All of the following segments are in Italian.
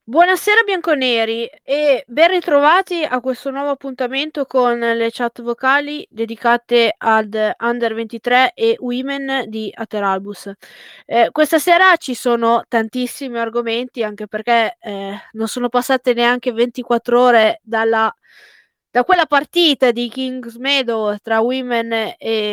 Buonasera bianconeri e ben ritrovati a questo nuovo appuntamento con le chat vocali dedicate ad Under 23 e Women di Ateralbus. Questa sera ci sono tantissimi argomenti, anche perché non sono passate neanche 24 ore da quella partita di Kings Meadow tra Women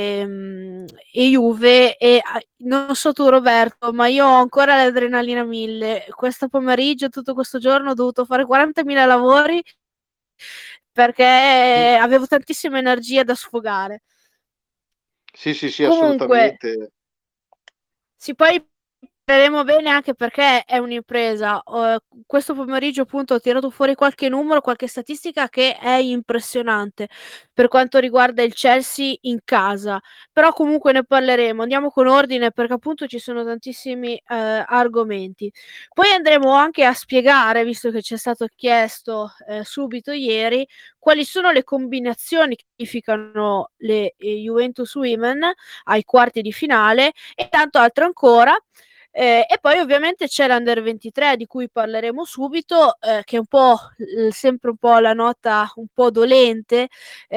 e Juve e non so tu Roberto, ma io ho ancora l'adrenalina 1000. Questo pomeriggio, tutto questo giorno ho dovuto fare 40.000 lavori perché Sì, avevo tantissima energia da sfogare. sì, sì, sì, Comunque, assolutamente. sì, poi vedremo bene anche perché è un'impresa. Questo pomeriggio appunto ho tirato fuori qualche numero, qualche statistica che è impressionante per quanto riguarda il Chelsea in casa. Però comunque ne parleremo. Andiamo con ordine perché appunto ci sono tantissimi argomenti. Poi andremo anche a spiegare, visto che ci è stato chiesto subito ieri, quali sono le combinazioni che significano le Juventus Women ai quarti di finale e tanto altro ancora. E poi ovviamente c'è l'Under 23 di cui parleremo subito, che è un po' sempre un po' la nota un po' dolente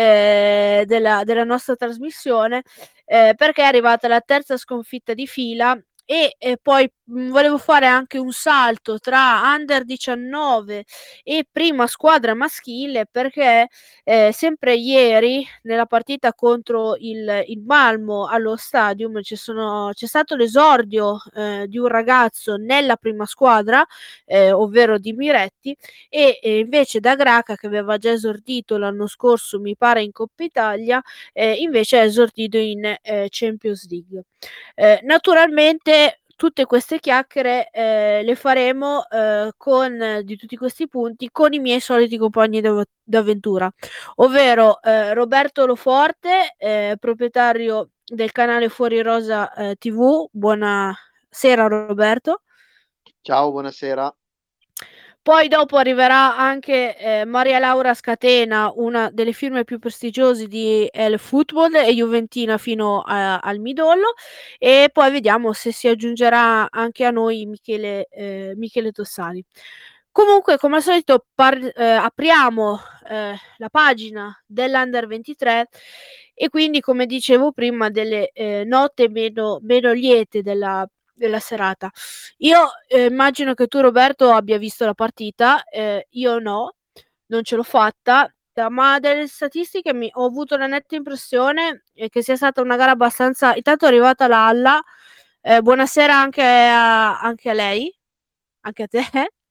della nostra trasmissione, perché è arrivata la terza sconfitta di fila e poi volevo fare anche un salto tra Under 19 e prima squadra maschile perché sempre ieri nella partita contro il Malmo allo Stadium c'è stato l'esordio di un ragazzo nella prima squadra, ovvero di Miretti, e invece da Graca, che aveva già esordito l'anno scorso, mi pare in Coppa Italia, invece è esordito in Champions League. Naturalmente tutte queste chiacchiere le faremo di tutti questi punti con i miei soliti compagni d'avventura, ovvero Roberto Loforte, proprietario del canale Fuori Rosa TV. Buonasera Roberto. Ciao, buonasera. Poi dopo arriverà anche Maria Laura Scatena, una delle firme più prestigiose di El Football e Juventina fino al midollo, e poi vediamo se si aggiungerà anche a noi Michele Tossani. Comunque, come al solito, apriamo la pagina dell'Under 23 e quindi, come dicevo prima, delle note meno liete della serata. Io immagino che tu Roberto abbia visto la partita, io no, non ce l'ho fatta, ma dalle statistiche ho avuto la netta impressione che sia stata una gara abbastanza. Intanto è arrivata la Alla, buonasera anche a lei, anche a te.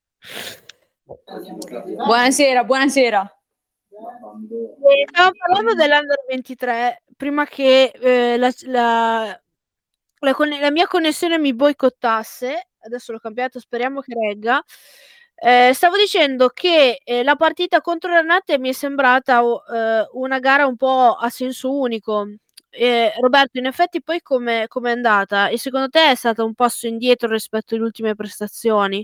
Buonasera, buonasera. Stavo parlando dell'Under 23 prima che la mia connessione mi boicottasse. Adesso l'ho cambiato, speriamo che regga. Stavo dicendo che la partita contro l'Annate mi è sembrata una gara un po' a senso unico. Roberto, in effetti poi come è andata? E secondo te è stata un passo indietro rispetto alle ultime prestazioni?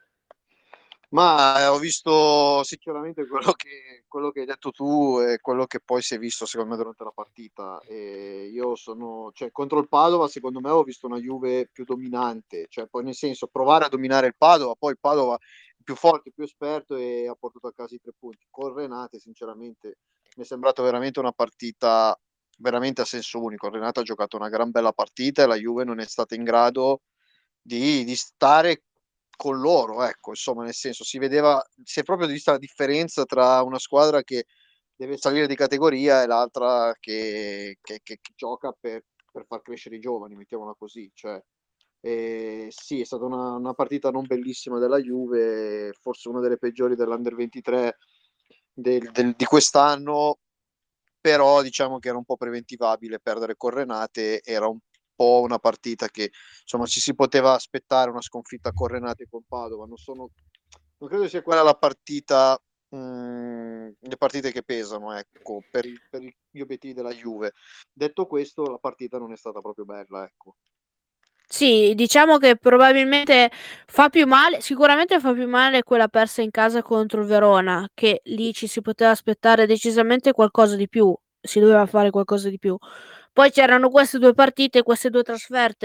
Ma ho visto sicuramente quello che hai detto tu e quello che poi si è visto secondo me durante la partita. E io cioè, contro il Padova, secondo me ho visto una Juve più dominante, cioè poi nel senso provare a dominare il Padova, poi il Padova è più forte, più esperto e ha portato a casa i 3 punti. Con Renate, sinceramente, mi è sembrata veramente una partita veramente a senso unico. Renate ha giocato una gran bella partita e la Juve non è stata in grado di stare con loro, ecco, insomma, nel senso si è proprio vista la differenza tra una squadra che deve salire di categoria e l'altra che gioca per far crescere i giovani, mettiamola così, cioè, sì, è stata una partita non bellissima della Juve, forse una delle peggiori dell'Under 23 di quest'anno, però diciamo che era un po' preventivabile perdere con Renate, era un po' una partita che insomma ci si poteva aspettare una sconfitta con Renate e con Padova. Non credo sia quella la partita, le partite che pesano, ecco, per gli obiettivi della Juve. Detto questo, la partita non è stata proprio bella, ecco. Sì, diciamo che probabilmente sicuramente fa più male quella persa in casa contro il Verona, che lì ci si poteva aspettare decisamente qualcosa di più, si doveva fare qualcosa di più. Poi c'erano queste due partite, queste due trasferte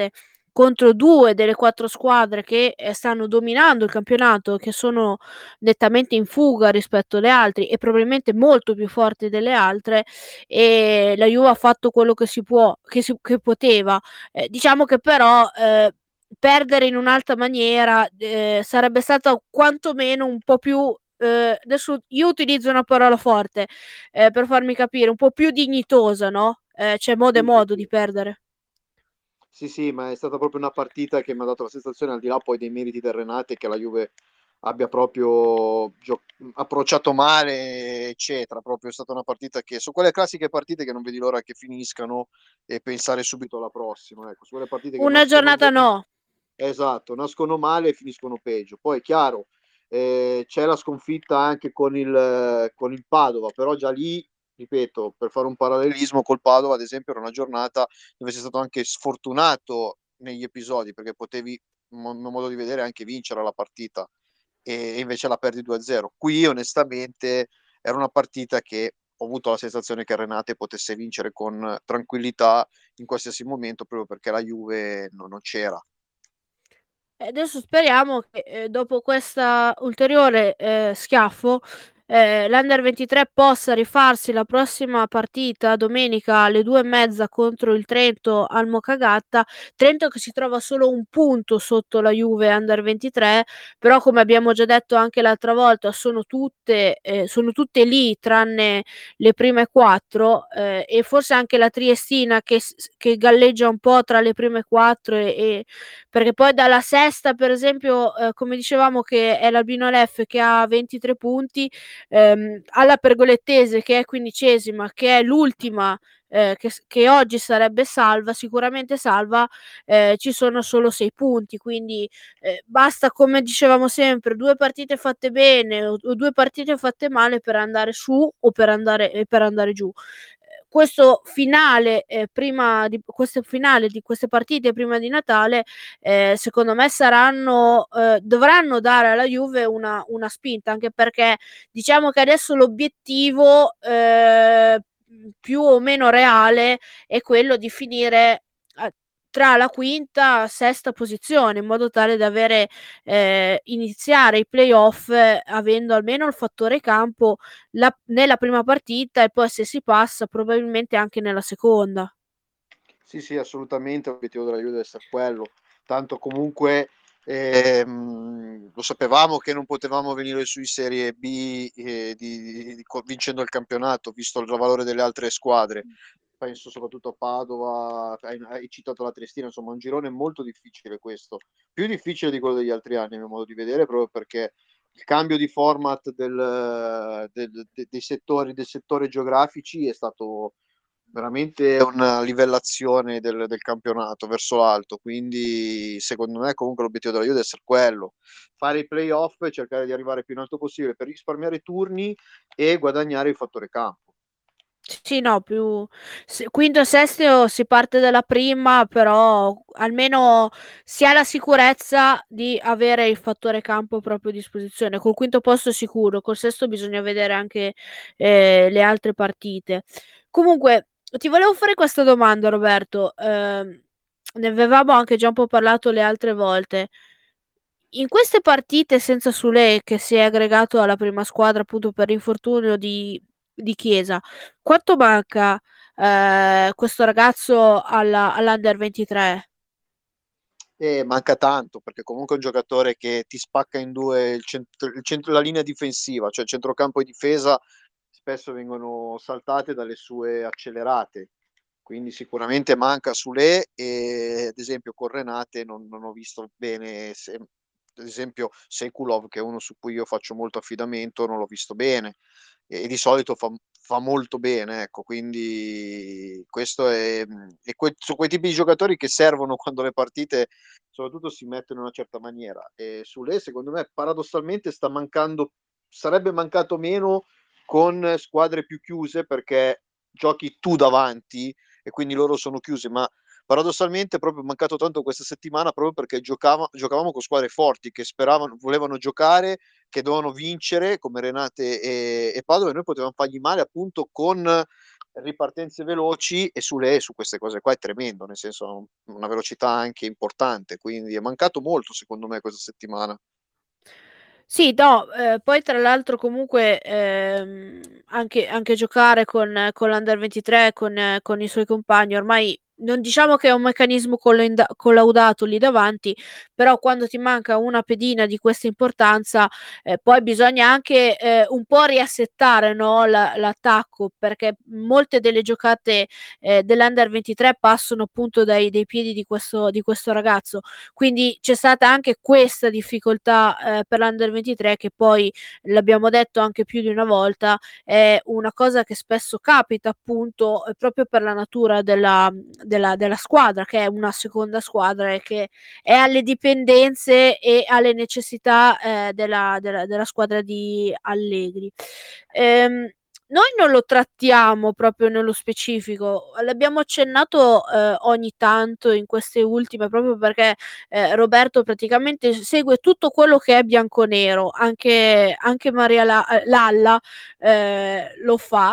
contro 2 delle 4 squadre che stanno dominando il campionato, che sono nettamente in fuga rispetto alle altre e probabilmente molto più forti delle altre, e la Juve ha fatto quello che che poteva. Diciamo che però perdere in un'altra maniera sarebbe stato quantomeno un po' più, adesso io utilizzo una parola forte per farmi capire, un po' più dignitosa, no? C'è modo e Sì, sì, modo di sì. perdere. Sì, sì, ma è stata proprio una partita che mi ha dato la sensazione, al di là poi dei meriti del Renate, che la Juve abbia proprio approcciato male, eccetera. Proprio è stata una partita che, su quelle classiche partite che non vedi l'ora che finiscano e pensare subito alla prossima. Ecco, su quelle partite che Una nascono giornata bene, no. esatto, nascono male e finiscono peggio. Poi è chiaro, c'è la sconfitta anche con il Padova, però già lì, ripeto, per fare un parallelismo col Padova, ad esempio, era una giornata dove sei stato anche sfortunato negli episodi, perché potevi, a mio modo di vedere, anche vincere la partita e invece la perdi 2-0. Qui onestamente era una partita che ho avuto la sensazione che Renate potesse vincere con tranquillità in qualsiasi momento, proprio perché la Juve non c'era. E adesso speriamo che dopo questa ulteriore schiaffo l'Under 23 possa rifarsi la prossima partita domenica alle 2:30 contro il Trento al Mokagatta. Trento che si trova solo un punto sotto la Juve Under 23, però come abbiamo già detto anche l'altra volta sono tutte lì tranne le prime 4 e forse anche la Triestina che galleggia un po' tra le prime 4 perché poi dalla sesta, per esempio, come dicevamo che è l'Albino Leffe che ha 23 punti, alla Pergolettese che è quindicesima, che è l'ultima, che oggi sarebbe salva, sicuramente salva, ci sono solo 6 punti, quindi basta, come dicevamo sempre, 2 partite fatte bene o 2 partite fatte male per andare su o per andare giù. Questo finale, questo finale di queste partite prima di Natale, secondo me dovranno dare alla Juve una spinta, anche perché diciamo che adesso l'obiettivo più o meno reale è quello di finire tra la quinta e sesta posizione, in modo tale da iniziare i playoff avendo almeno il fattore campo nella prima partita e poi se si passa probabilmente anche nella seconda. Sì, sì, assolutamente, l'obiettivo della Juve deve essere quello. Tanto comunque lo sapevamo che non potevamo venire su in Serie B vincendo il campionato, visto il valore delle altre squadre. Penso soprattutto a Padova, hai citato la Triestina, insomma un girone molto difficile questo, più difficile di quello degli altri anni a mio modo di vedere, proprio perché il cambio di format dei settori geografici è stato veramente una livellazione del campionato verso l'alto, quindi secondo me comunque l'obiettivo della Juve deve essere quello, fare i playoff e cercare di arrivare più in alto possibile per risparmiare turni e guadagnare il fattore campo. Sì, no, quinto e sesto si parte dalla prima, però almeno si ha la sicurezza di avere il fattore campo a propria disposizione. Col quinto posto sicuro, col sesto bisogna vedere anche le altre partite. Comunque, ti volevo fare questa domanda, Roberto. Ne avevamo anche già un po' parlato le altre volte. In queste partite senza Sule, che si è aggregato alla prima squadra appunto per l'infortunio di Chiesa, quanto manca questo ragazzo all'Under 23? Manca tanto perché comunque è un giocatore che ti spacca in due la linea difensiva, cioè centrocampo e difesa spesso vengono saltate dalle sue accelerate, quindi sicuramente manca Sule e ad esempio con Renate non ho visto bene se, ad esempio Sekulov, che è uno su cui io faccio molto affidamento, non l'ho visto bene e di solito fa molto bene, ecco, quindi questo è su quei tipi di giocatori che servono quando le partite soprattutto si mettono in una certa maniera. E Sule secondo me paradossalmente sarebbe mancato meno con squadre più chiuse, perché giochi tu davanti e quindi loro sono chiusi, ma paradossalmente è proprio mancato tanto questa settimana proprio perché giocavamo con squadre forti che volevano giocare, che dovevano vincere come Renate e Padova, e noi potevamo fargli male appunto con ripartenze veloci, e su queste cose qua è tremendo, nel senso una velocità anche importante, quindi è mancato molto secondo me questa settimana. Sì, no, poi tra l'altro comunque, anche giocare con l'Under 23, con i suoi compagni, ormai non diciamo che è un meccanismo collaudato lì davanti, però quando ti manca una pedina di questa importanza, poi bisogna anche, un po' riassettare, no, l'attacco, perché molte delle giocate, dell'Under 23 passano appunto dai piedi di questo ragazzo. Quindi c'è stata anche questa difficoltà, per l'Under 23, che poi l'abbiamo detto anche più di una volta, è una cosa che spesso capita appunto, proprio per la natura della squadra, che è una seconda squadra e che è alle dipendenze e alle necessità, della squadra di Allegri. Noi non lo trattiamo proprio nello specifico, l'abbiamo accennato, ogni tanto in queste ultime, proprio perché, Roberto praticamente segue tutto quello che è bianconero, anche Maria Lalla, lo fa.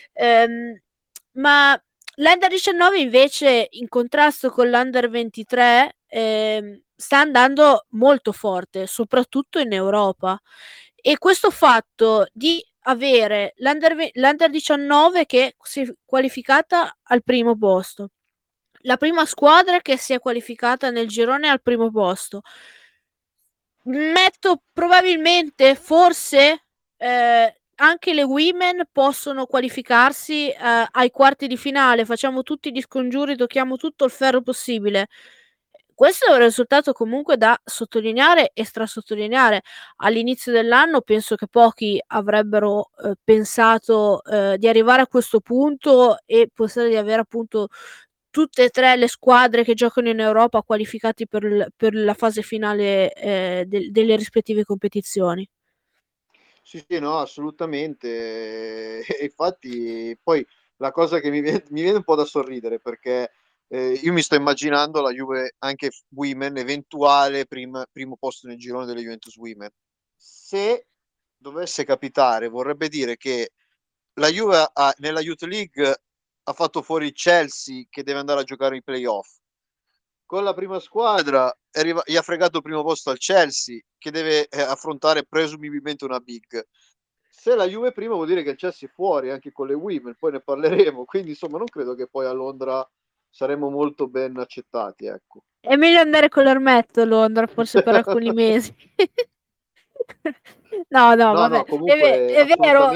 Ma l'Under 19 invece, in contrasto con l'Under 23, sta andando molto forte, soprattutto in Europa. E questo fatto di avere l'Under 19 che si è qualificata al primo posto, la prima squadra che si è qualificata nel girone al primo posto, metto probabilmente, forse, anche le women possono qualificarsi, ai quarti di finale, facciamo tutti gli scongiuri, tocchiamo tutto il ferro possibile. Questo è un risultato comunque da sottolineare e strasottolineare. All'inizio dell'anno penso che pochi avrebbero, pensato, di arrivare a questo punto e pensare di avere appunto tutte e 3 le squadre che giocano in Europa qualificati per la fase finale, delle rispettive competizioni. Sì, sì, no, assolutamente. E infatti poi la cosa che mi viene un po' da sorridere, perché io mi sto immaginando la Juve anche Women, eventuale primo posto nel girone delle Juventus Women. Se dovesse capitare, vorrebbe dire che la Juve nella Youth League ha fatto fuori il Chelsea, che deve andare a giocare i playoff. Con la prima squadra gli ha fregato il primo posto al Chelsea, che deve affrontare presumibilmente una big. Se la Juve prima, vuol dire che il Chelsea è fuori anche con le women, poi ne parleremo, quindi insomma non credo che poi a Londra saremo molto ben accettati, ecco. È meglio andare con l'ermetto a Londra, forse per alcuni mesi. No, no, No, vabbè, no, comunque è vero.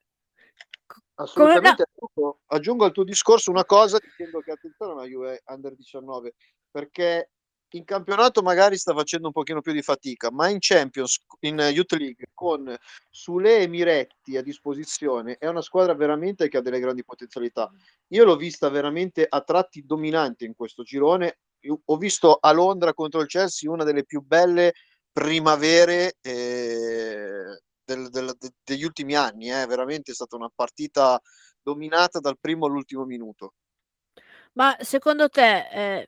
No. assolutamente aggiungo al tuo discorso una cosa, dicendo che attenzione alla Juve Under 19, perché in campionato magari sta facendo un pochino più di fatica, ma in Champions, in Youth League, con Sule e Miretti a disposizione, è una squadra veramente che ha delle grandi potenzialità. Io l'ho vista veramente a tratti dominante in questo girone. Io ho visto a Londra contro il Chelsea una delle più belle primavere degli ultimi anni. Veramente è stata una partita dominata dal primo all'ultimo minuto. Ma secondo te,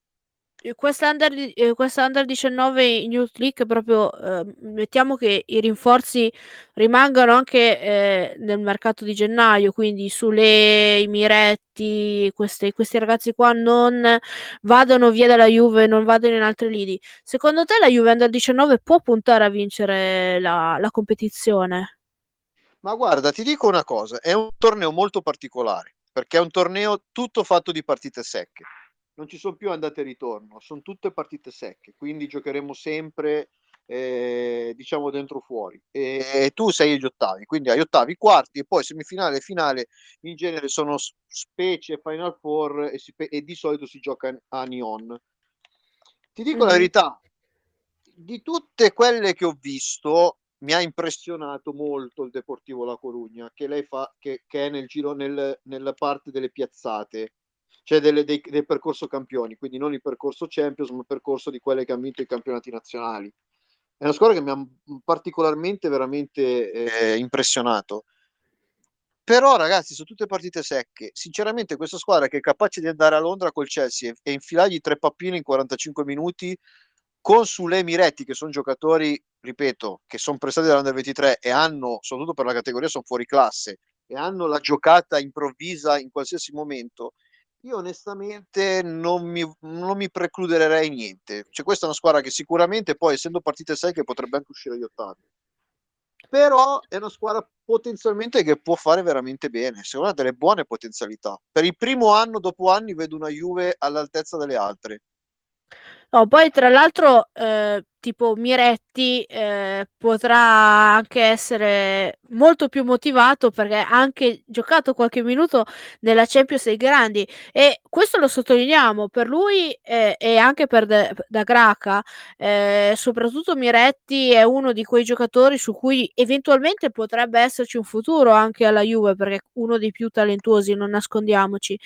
questa Under 19 in Youth League proprio, mettiamo che i rinforzi rimangano anche, nel mercato di gennaio, quindi Sule, i Miretti, questi ragazzi qua non vadano via dalla Juve, non vadano in altre lidi. Secondo te la Juve Under 19 può puntare a vincere la competizione? Ma guarda, ti dico una cosa, è un torneo molto particolare, perché è un torneo tutto fatto di partite secche. Non ci sono più andate e ritorno, sono tutte partite secche, quindi giocheremo sempre, diciamo, dentro fuori. E tu sei agli ottavi, quindi agli ottavi, quarti, e poi semifinale e finale in genere sono specie Final Four, e di solito si gioca a Nyon. Ti dico la Mh-mh. verità, di tutte quelle che ho visto, mi ha impressionato molto il Deportivo La Corugna, che lei fa, che è nel giro, nella parte delle piazzate, cioè del percorso campioni, quindi non il percorso Champions, ma il percorso di quelle che hanno vinto i campionati nazionali. È una squadra che mi ha particolarmente, veramente impressionato. Però, ragazzi, sono tutte partite secche. Sinceramente, questa squadra che è capace di andare a Londra col Chelsea e infilargli 3 pappine in 45 minuti, con Sule e Miretti, che sono giocatori, ripeto, che sono prestati dall'Under 23 e hanno, soprattutto per la categoria, sono fuori classe. e hanno la giocata improvvisa in qualsiasi momento, io onestamente non mi precluderei niente. Cioè, questa è una squadra che sicuramente poi, essendo partite 6, che potrebbe anche uscire agli ottavi. Però è una squadra potenzialmente che può fare veramente bene. Secondo me ha delle buone potenzialità. Per il primo anno dopo anni vedo una Juve all'altezza delle altre. No, poi tra l'altro, tipo Miretti, potrà anche essere molto più motivato perché ha anche giocato qualche minuto nella Champions dei grandi e questo lo sottolineiamo per lui, e anche per da Graca, soprattutto Miretti è uno di quei giocatori su cui eventualmente potrebbe esserci un futuro anche alla Juve, perché è uno dei più talentuosi, non nascondiamoci.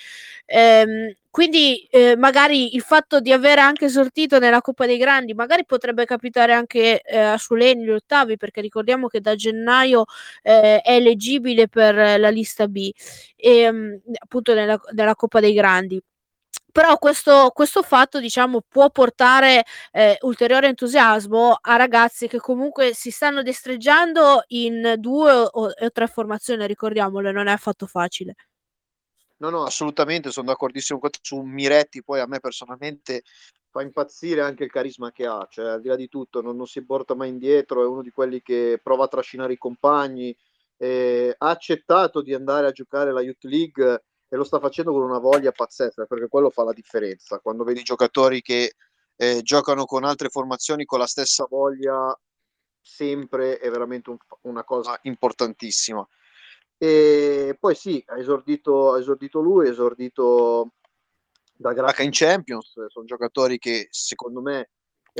Quindi magari il fatto di aver anche esordito nella Coppa dei Grandi, magari potrebbe capitare anche a Soulé negli ottavi, perché ricordiamo che da gennaio è eleggibile per la lista B, appunto nella Coppa dei Grandi. Però questo fatto, diciamo, può portare ulteriore entusiasmo a ragazzi che comunque si stanno destreggiando in 2 o 3 formazioni, ricordiamolo, non è affatto facile. No, assolutamente, sono d'accordissimo con te su Miretti. Poi a me personalmente fa impazzire anche il carisma che ha, cioè al di là di tutto non si porta mai indietro, è uno di quelli che prova a trascinare i compagni, ha accettato di andare a giocare la Youth League e lo sta facendo con una voglia pazzesca, perché quello fa la differenza. Quando vedi giocatori che giocano con altre formazioni con la stessa voglia, sempre è veramente una cosa importantissima. E poi sì, ha esordito lui, ha esordito da Graca in Champions, sono giocatori che secondo me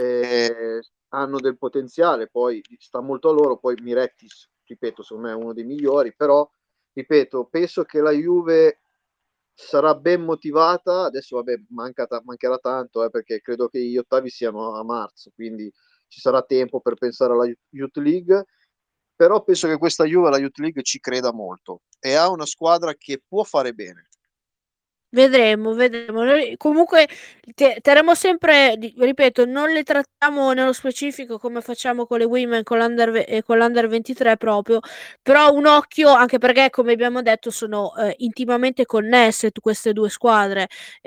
hanno del potenziale, poi sta molto a loro, poi Miretti, ripeto, secondo me è uno dei migliori, però ripeto, penso che la Juve sarà ben motivata, adesso vabbè mancherà tanto, perché credo che gli ottavi siano a marzo, quindi ci sarà tempo per pensare alla Youth League, però penso che questa Juve alla Youth League ci creda molto e ha una squadra che può fare bene. Vedremo, vedremo. Noi comunque terremo sempre, ripeto, non le trattiamo nello specifico come facciamo con le women, con l'Under 23 proprio, però un occhio, anche perché come abbiamo detto sono intimamente connesse queste due squadre.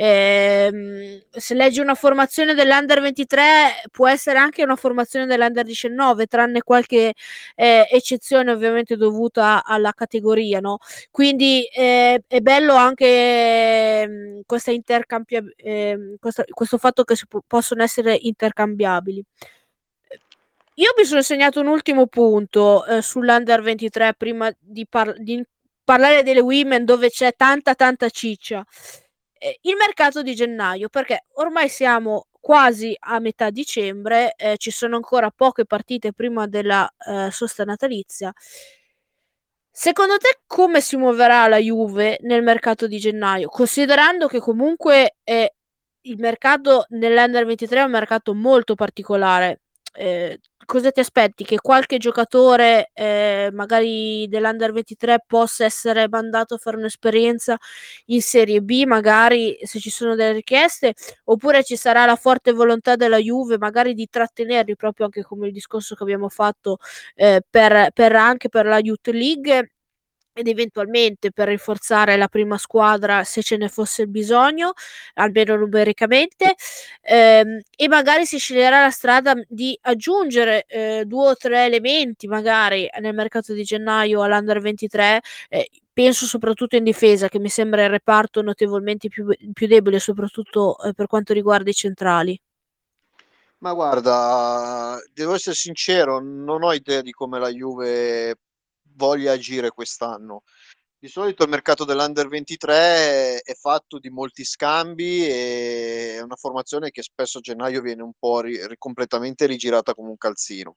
Se leggi una formazione dell'Under 23 può essere anche una formazione dell'Under 19, tranne qualche eccezione ovviamente dovuta alla categoria, no? Quindi è bello anche questa questo fatto che possono essere intercambiabili. Io mi sono segnato un ultimo punto sull'Under 23 prima di parlare delle women dove c'è tanta ciccia. Il mercato di gennaio, perché ormai siamo quasi a metà dicembre, ci sono ancora poche partite prima della sosta natalizia. Secondo te come si muoverà la Juve nel mercato di gennaio? Considerando che comunque il mercato nell'Under 23 è un mercato molto particolare. Cosa ti aspetti? Che qualche giocatore magari dell'Under 23 possa essere mandato a fare un'esperienza in Serie B, magari se ci sono delle richieste, oppure ci sarà la forte volontà della Juve magari di trattenerli, proprio anche come il discorso che abbiamo fatto anche per la Youth League ed eventualmente per rinforzare la prima squadra se ce ne fosse il bisogno, almeno numericamente, e magari si sceglierà la strada di aggiungere 2 o 3 elementi magari nel mercato di gennaio all'Under 23. Penso soprattutto in difesa, che mi sembra il reparto notevolmente più debole, soprattutto per quanto riguarda i centrali. Ma guarda, devo essere sincero, non ho idea di come la Juve voglia agire quest'anno. Di solito il mercato dell'Under 23 è fatto di molti scambi e è una formazione che spesso a gennaio viene un po' completamente rigirata come un calzino.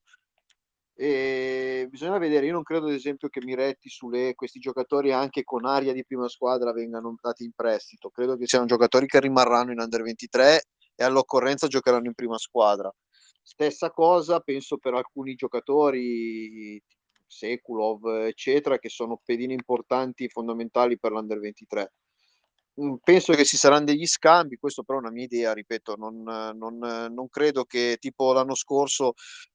E bisogna vedere, io non credo ad esempio che Miretti, Sule, questi giocatori anche con aria di prima squadra vengano dati in prestito. Credo che siano giocatori che rimarranno in Under 23 e all'occorrenza giocheranno in prima squadra. Stessa cosa penso per alcuni giocatori, Sekulov, eccetera, che sono pedine importanti, fondamentali per l'Under 23. penso che ci saranno degli scambi, questo però è una mia idea, ripeto, non credo che tipo l'anno scorso,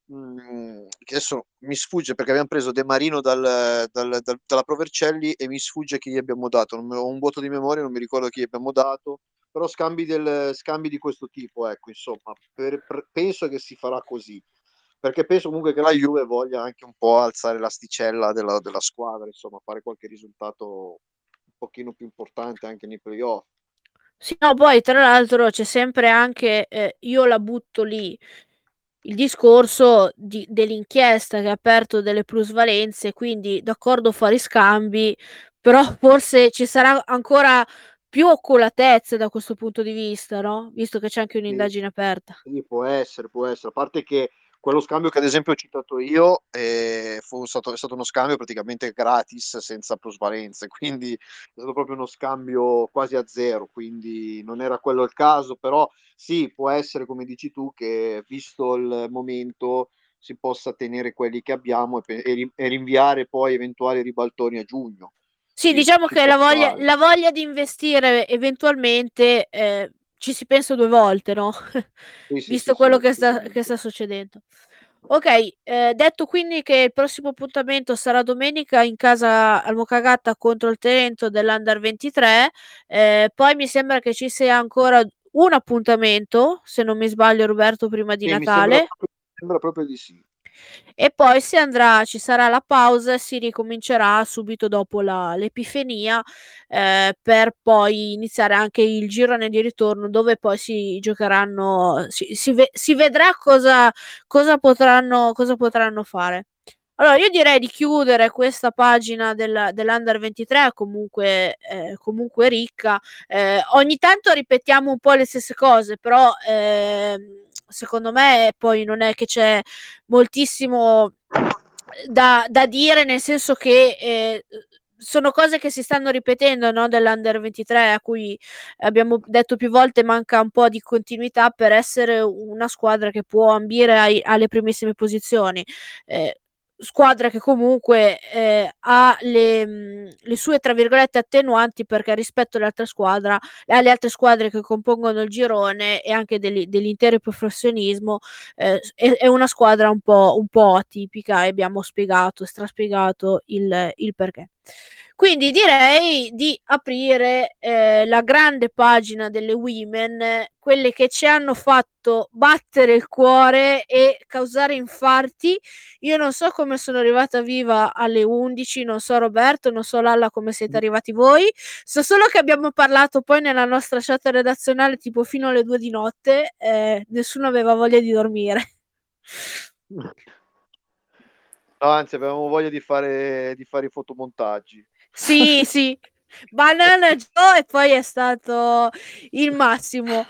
che adesso mi sfugge perché abbiamo preso De Marino dalla Provercelli e mi sfugge chi gli abbiamo dato, ho un vuoto di memoria, non mi ricordo chi gli abbiamo dato, però scambi di questo tipo, ecco, insomma, penso che si farà così, perché penso comunque che la Juve voglia anche un po' alzare l'asticella della squadra, insomma, fare qualche risultato un pochino più importante anche nei playoff. Sì, no, poi tra l'altro c'è sempre anche, io la butto lì, il discorso dell'inchiesta che ha aperto delle plusvalenze, quindi d'accordo fare scambi, però forse ci sarà ancora più oculatezza da questo punto di vista, no? Visto che c'è anche Sì, un'indagine aperta. sì, può essere, a parte che quello scambio che ad esempio ho citato io è stato uno scambio praticamente gratis, senza plusvalenze, quindi è stato proprio uno scambio quasi a zero, quindi non era quello il caso, però sì, può essere come dici tu che visto il momento si possa tenere quelli che abbiamo e rinviare poi eventuali ribaltoni a giugno. Sì, diciamo Si che può fare. la voglia di investire eventualmente ci si pensa due volte, no? Sì, sì, sì, Visto sì, quello che assolutamente. sta succedendo. Ok, detto quindi che il prossimo appuntamento sarà domenica in casa al Mocagata contro il Trento dell'Under 23, poi mi sembra che ci sia ancora un appuntamento, se non mi sbaglio Roberto, prima di Sì, Natale. sembra proprio di sì. E poi ci sarà la pausa e si ricomincerà subito dopo l'Epifania, per poi iniziare anche il girone di ritorno dove poi si giocheranno, si vedrà cosa potranno fare. Allora, io direi di chiudere questa pagina dell'Under 23, comunque ricca. Ogni tanto ripetiamo un po' le stesse cose, però secondo me poi non è che c'è moltissimo da dire, nel senso che sono cose che si stanno ripetendo, no? Dell'Under 23, a cui abbiamo detto più volte manca un po' di continuità per essere una squadra che può ambire alle primissime posizioni. Squadra che comunque ha le sue tra virgolette attenuanti, perché rispetto alle altre squadre che compongono il girone e anche dell'intero professionismo, è una squadra un po' atipica, e abbiamo straspiegato il perché. Quindi direi di aprire la grande pagina delle women, quelle che ci hanno fatto battere il cuore e causare infarti. Io non so come sono arrivata viva alle 11, non so Roberto, non so Lalla come siete arrivati voi, so solo che abbiamo parlato poi nella nostra chat redazionale tipo fino alle 2 di notte, nessuno aveva voglia di dormire. No, anzi, avevamo voglia di fare i fotomontaggi. Sì, sì, Banana Joe e poi è stato il massimo.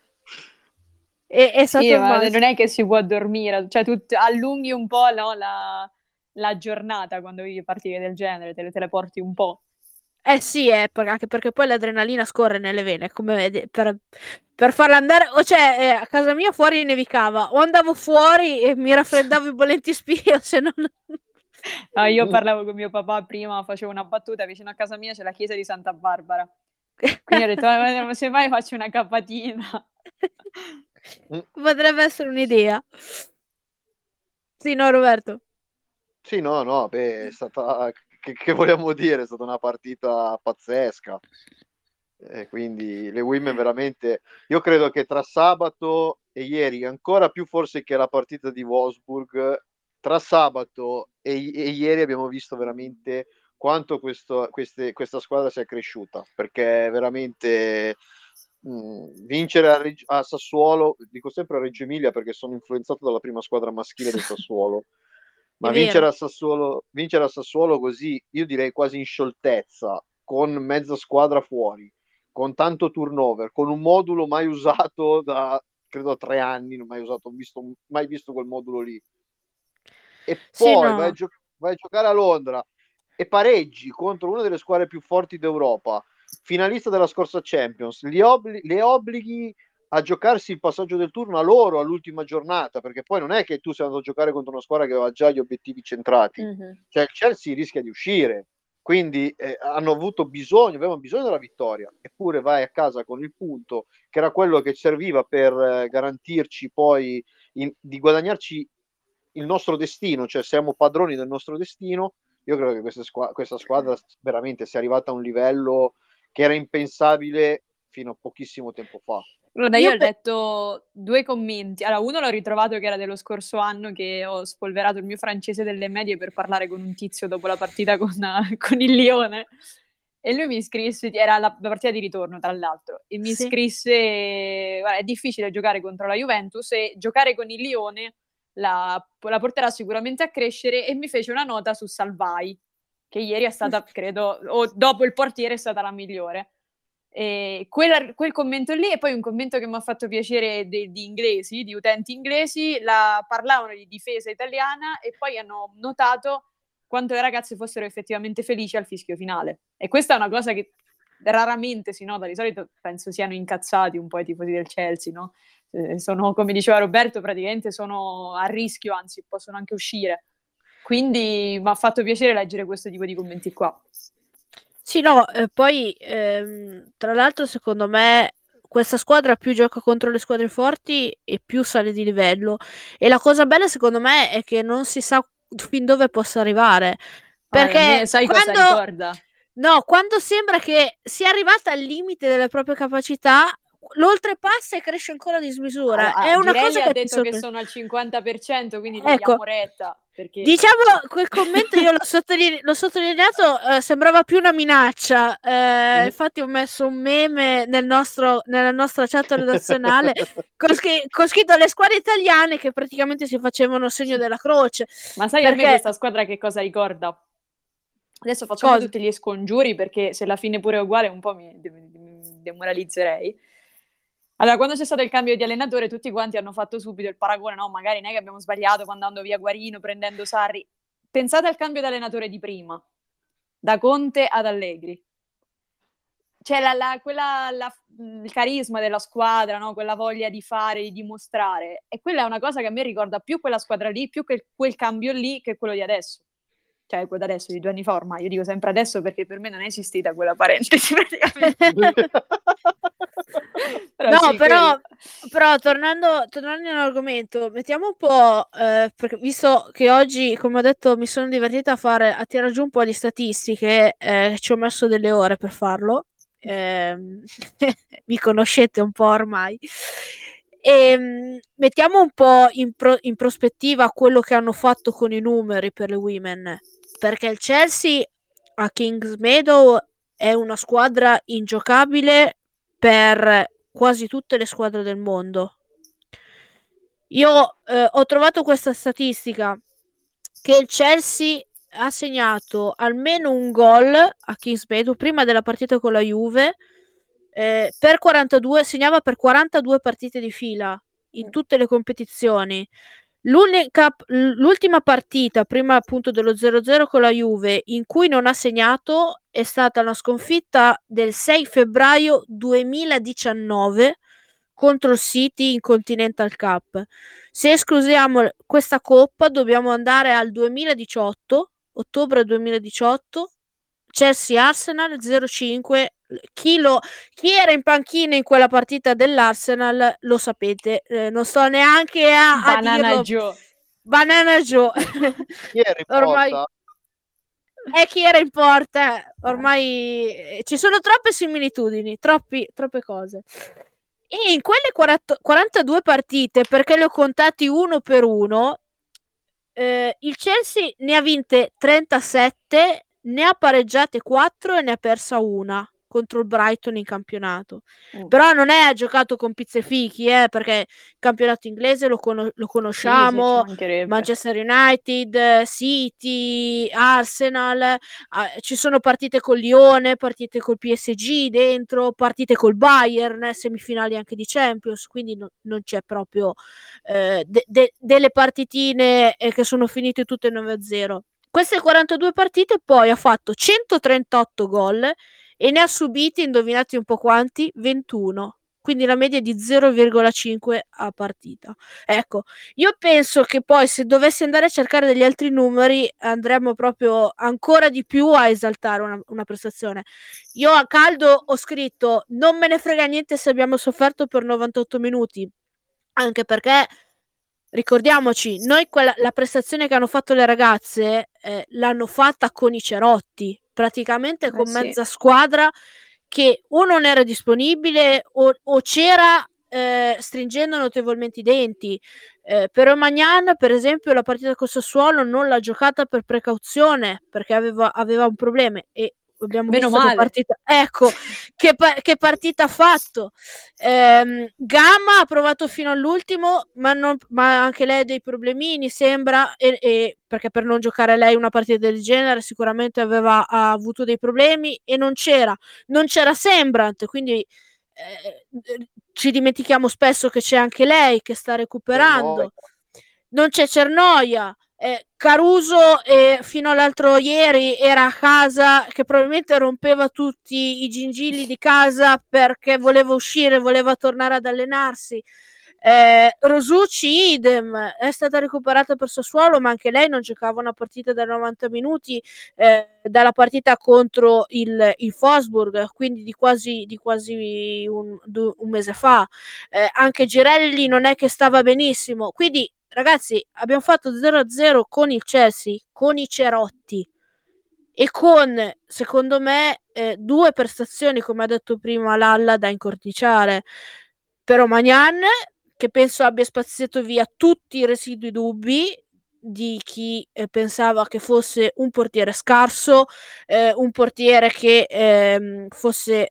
È Sì, stato il ma non massimo. è che si può dormire, cioè tu allunghi un po', no, la giornata quando vivi partite del genere, te le porti un po'. Eh sì, anche perché poi l'adrenalina scorre nelle vene, come vedi, per farla andare, a casa mia fuori nevicava, o andavo fuori e mi raffreddavo i bollenti spia, se non... Io parlavo con mio papà prima, facevo una battuta, vicino a casa mia c'è la chiesa di Santa Barbara, quindi ho detto, se mai faccio una capatina. Potrebbe essere un'idea. Sì, no, Roberto? Sì, no, beh, è stata, che vogliamo dire, è stata una partita pazzesca. Quindi le women veramente, io credo che tra sabato e ieri, ancora più forse che la partita di Wolfsburg, tra sabato e ieri abbiamo visto veramente quanto questa squadra sia cresciuta, perché veramente vincere a Sassuolo, dico sempre a Reggio Emilia perché sono influenzato dalla prima squadra maschile del Sassuolo, È ma vero. vincere a Sassuolo così, io direi quasi in scioltezza, con mezza squadra fuori, con tanto turnover, con un modulo mai usato da credo 3 anni, non mai visto quel modulo lì. E Sì, poi no. vai a giocare a Londra e pareggi contro una delle squadre più forti d'Europa, finalista della scorsa Champions, le obblighi a giocarsi il passaggio del turno a loro all'ultima giornata, perché poi non è che tu sei andato a giocare contro una squadra che aveva già gli obiettivi centrati, Mhm. cioè il Chelsea rischia di uscire, quindi avevano bisogno della vittoria, eppure vai a casa con il punto, che era quello che serviva per garantirci poi di guadagnarci il nostro destino, cioè siamo padroni del nostro destino. Io credo che questa squadra veramente sia arrivata a un livello che era impensabile fino a pochissimo tempo fa. Guarda, io ho letto 2 commenti. Allora, uno l'ho ritrovato che era dello scorso anno, che ho spolverato il mio francese delle medie per parlare con un tizio dopo la partita con il Lione, e lui mi scrisse, era la partita di ritorno tra l'altro, e mi scrisse: guarda, è difficile giocare contro la Juventus e giocare con il Lione la porterà sicuramente a crescere, e mi fece una nota su Salvai, che ieri è stata, credo, o dopo il portiere è stata la migliore. E quel commento lì, e poi un commento che mi ha fatto piacere di utenti inglesi, parlavano di difesa italiana e poi hanno notato quanto le ragazze fossero effettivamente felici al fischio finale, e questa è una cosa che raramente si nota. Di solito penso siano incazzati un po' i tifosi del Chelsea, no? Sono, come diceva Roberto, praticamente sono a rischio, anzi possono anche uscire, quindi mi ha fatto piacere leggere questo tipo di commenti qua. Sì, no, poi tra l'altro secondo me questa squadra più gioca contro le squadre forti e più sale di livello, e la cosa bella secondo me è che non si sa fin dove possa arrivare, perché sai cosa ricorda? No, quando sembra che sia arrivata al limite delle proprie capacità, l'oltrepassa e cresce ancora di misura. È una Girelli cosa ha che detto che sono al 50%, quindi gli ecco, diamo retta. Perché... Diciamo, quel commento io l'ho sottolineato, sembrava più una minaccia. Infatti ho messo un meme nella nostra chat redazionale con scritto le squadre italiane che praticamente si facevano segno della croce. Ma sai, perché... a me questa squadra che cosa ricorda? Adesso facciamo tutti gli scongiuri, perché se la fine pure è uguale un po' mi demoralizzerei. Allora, quando c'è stato il cambio di allenatore, tutti quanti hanno fatto subito il paragone, no? Magari non è che abbiamo sbagliato mandando via Guarino, prendendo Sarri. Pensate al cambio di allenatore di prima, da Conte ad Allegri. C'è il carisma della squadra, no? Quella voglia di fare, di dimostrare. E quella è una cosa che a me ricorda più quella squadra lì, più che quel cambio lì, che quello di adesso. Cioè, quello adesso, di 2 anni fa ormai. Io dico sempre adesso perché per me non è esistita quella parentesi praticamente. però tornando all'argomento, mettiamo un po', perché visto che oggi, come ho detto, mi sono divertita a tirare giù un po' di statistiche, ci ho messo delle ore per farlo, mi conoscete un po' ormai, e mettiamo un po' in prospettiva quello che hanno fatto con i numeri per le women, perché il Chelsea a Kingsmeadow è una squadra ingiocabile per quasi tutte le squadre del mondo. Io ho trovato questa statistica, che il Chelsea ha segnato almeno un gol a Kingsmeadow prima della partita con la Juve, segnava per 42 partite di fila in tutte le competizioni. L'ultima partita prima appunto dello 0-0 con la Juve in cui non ha segnato è stata una sconfitta del 6 febbraio 2019 contro il City in Continental Cup. Se esclusiamo questa coppa dobbiamo andare al 2018, ottobre 2018, Chelsea-Arsenal 0-5. Chi era in panchina in quella partita dell'Arsenal lo sapete, non sto neanche a dirlo. Banana Joe. Chi era in porta? Chi era in porta? Ormai ci sono troppe similitudini, troppe cose. E in quelle 42 partite, perché le ho contati uno per uno, il Chelsea ne ha vinte 37, ne ha pareggiate 4 e ne ha persa una contro il Brighton in campionato. Però non è giocato con pizze e fichi, perché il campionato inglese lo conosciamo, sì, Manchester United, City, Arsenal, ci sono partite col Lione, partite col PSG dentro, partite col Bayern, semifinali anche di Champions, quindi non c'è proprio delle partitine che sono finite tutte 9-0. Queste 42 partite poi ha fatto 138 gol e ne ha subiti, indovinate un po' quanti? 21 quindi la media è di 0,5 a partita. Ecco, io penso che poi se dovessi andare a cercare degli altri numeri andremo proprio ancora di più a esaltare una prestazione. Io a caldo ho scritto non me ne frega niente se abbiamo sofferto per 98 minuti, anche perché ricordiamoci, noi la prestazione che hanno fatto le ragazze l'hanno fatta con i cerotti, praticamente con mezza squadra che o non era disponibile o c'era stringendo notevolmente i denti. Per Romagnan, per esempio, la partita con Sassuolo non l'ha giocata per precauzione perché aveva un problema e abbiamo Meno visto male. che partita, ecco, che partita ha fatto. Gamma ha provato fino all'ultimo, ma anche lei ha dei problemini, sembra, e perché per non giocare lei una partita del genere sicuramente ha avuto dei problemi e non c'era Sembrant, quindi ci dimentichiamo spesso che c'è anche lei che sta recuperando. Non c'è Cernoia. Caruso fino all'altro ieri era a casa che probabilmente rompeva tutti i gingilli di casa perché voleva uscire, voleva tornare ad allenarsi. Rosucci idem, è stata recuperata per Sassuolo, ma anche lei non giocava una partita da 90 minuti dalla partita contro il Wolfsburg, quindi di quasi un mese fa. Anche Girelli non è che stava benissimo, quindi ragazzi abbiamo fatto 0-0 con il Chelsea, con i cerotti e con, secondo me, due prestazioni, come ha detto prima Lalla, da incorniciare. Per Romagnan, che penso abbia spaziato via tutti i residui dubbi di chi pensava che fosse un portiere scarso, un portiere che fosse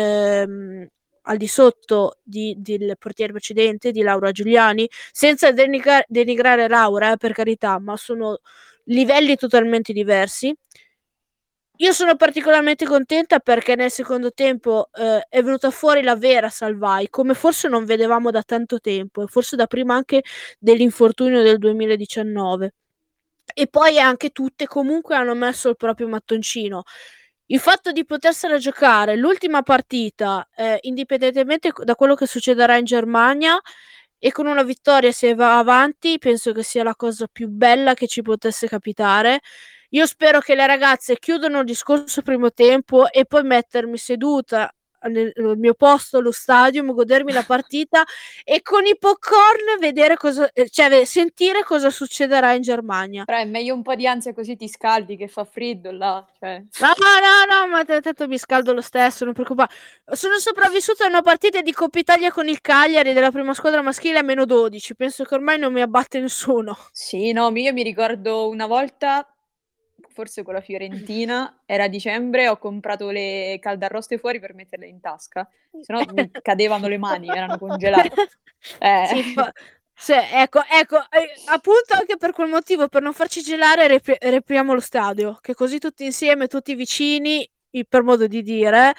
al di sotto del portiere precedente, di Laura Giuliani, senza denigrare Laura, per carità, ma sono livelli totalmente diversi. Io sono particolarmente contenta perché nel secondo tempo è venuta fuori la vera Salvai, come forse non vedevamo da tanto tempo, e forse da prima anche dell'infortunio del 2019. E poi anche tutte comunque hanno messo il proprio mattoncino. Il fatto di potersela giocare l'ultima partita, indipendentemente da quello che succederà in Germania, e con una vittoria se va avanti, penso che sia la cosa più bella che ci potesse capitare. Io spero che le ragazze chiudano il discorso primo tempo e poi mettermi seduta nel mio posto allo stadium, godermi la partita e con i popcorn vedere sentire cosa succederà in Germania. Però è meglio un po' di ansia così ti scaldi che fa freddo là. Cioè. No, ma tanto mi scaldo lo stesso, non preoccupare. Sono sopravvissuta a una partita di Coppa Italia con il Cagliari della prima squadra maschile a -12. Penso che ormai non mi abbatte nessuno. Sì, no, io mi ricordo una volta, forse con la Fiorentina, era dicembre, ho comprato le caldarroste fuori per metterle in tasca, se no mi cadevano le mani, erano congelate. Ecco, appunto anche per quel motivo, per non farci gelare, riapriamo lo stadio, che così tutti insieme, tutti vicini, per modo di dire,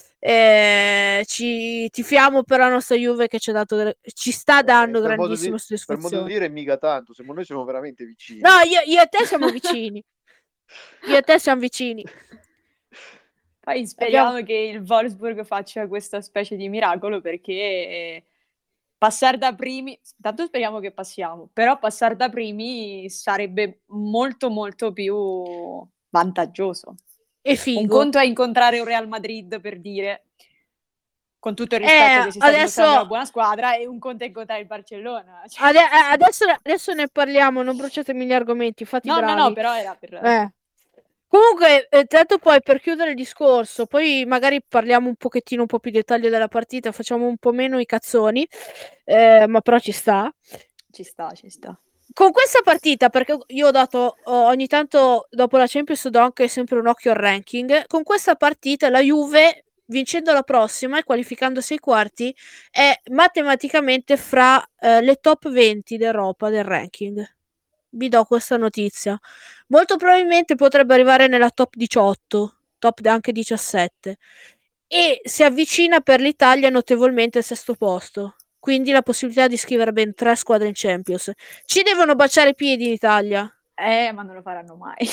ci tifiamo per la nostra Juve che ci sta dando grandissima soddisfazione. Per modo di dire mica tanto, noi siamo veramente vicini. No, io e te siamo vicini. Io e te siamo vicini. Poi speriamo che il Wolfsburg faccia questa specie di miracolo, perché passare da primi, tanto speriamo che passiamo, però passare da primi sarebbe molto molto più vantaggioso. E figo. Un conto è incontrare un Real Madrid, per dire, con tutto il rispetto che si sta dimostrando una buona squadra, e un conto è incontrare il Barcellona. Cioè. Adesso ne parliamo, non bruciatemi gli argomenti, fate bravi. No, però era per... Comunque, tanto poi per chiudere il discorso, poi magari parliamo un pochettino, un po' più di dettaglio della partita, facciamo un po' meno i cazzoni, ma però ci sta. Ci sta. Con questa partita, perché io ho dato ogni tanto dopo la Champions do anche sempre un occhio al ranking, con questa partita la Juve, vincendo la prossima e qualificandosi ai quarti, è matematicamente fra le top 20 d'Europa del ranking. Vi do questa notizia. Molto probabilmente potrebbe arrivare nella top 18, top anche 17, e si avvicina per l'Italia notevolmente al sesto posto, quindi la possibilità di scrivere ben 3 squadre in Champions. Ci devono baciare i piedi in Italia, ma non lo faranno mai.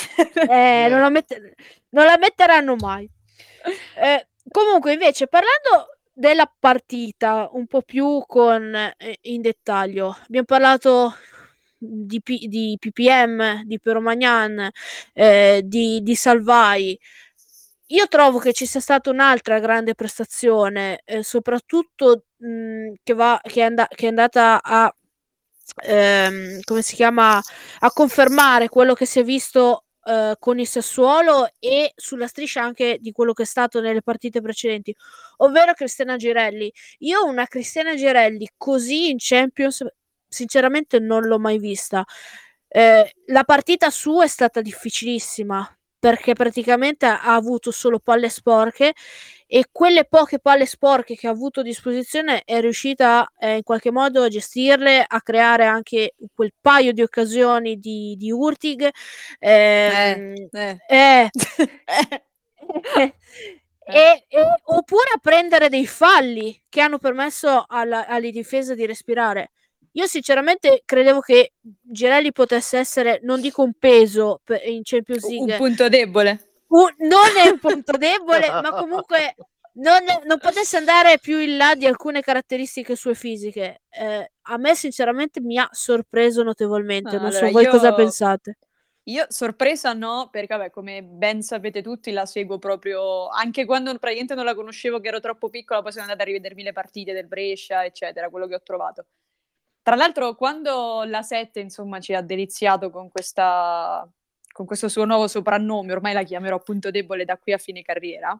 Non la metteranno mai. Comunque invece, parlando della partita un po' più in dettaglio. Abbiamo parlato di PPM, di Peromagnan, di Salvai. Io trovo che ci sia stata un'altra grande prestazione, soprattutto che è andata a come si chiama, a confermare quello che si è visto con il Sassuolo e sulla striscia anche di quello che è stato nelle partite precedenti, ovvero Cristiana Girelli. Io una Cristiana Girelli così in Champions sinceramente non l'ho mai vista. La partita sua è stata difficilissima perché praticamente ha avuto solo palle sporche e quelle poche palle sporche che ha avuto a disposizione è riuscita in qualche modo a gestirle, a creare anche quel paio di occasioni di Hurtig. Oppure a prendere dei falli che hanno permesso alle difese di respirare. Io sinceramente credevo che Girelli potesse essere, non dico un peso in Champions League, un punto debole. Non è un punto debole, ma comunque non potesse andare più in là di alcune caratteristiche sue fisiche. A me sinceramente mi ha sorpreso notevolmente, non so voi cosa pensate. Io sorpresa no, perché vabbè, come ben sapete tutti la seguo proprio, anche quando praticamente non la conoscevo, che ero troppo piccola, poi sono andata a rivedermi le partite del Brescia, eccetera, quello che ho trovato. Tra l'altro quando la 7 insomma ci ha deliziato con questo suo nuovo soprannome, ormai la chiamerò punto debole da qui a fine carriera,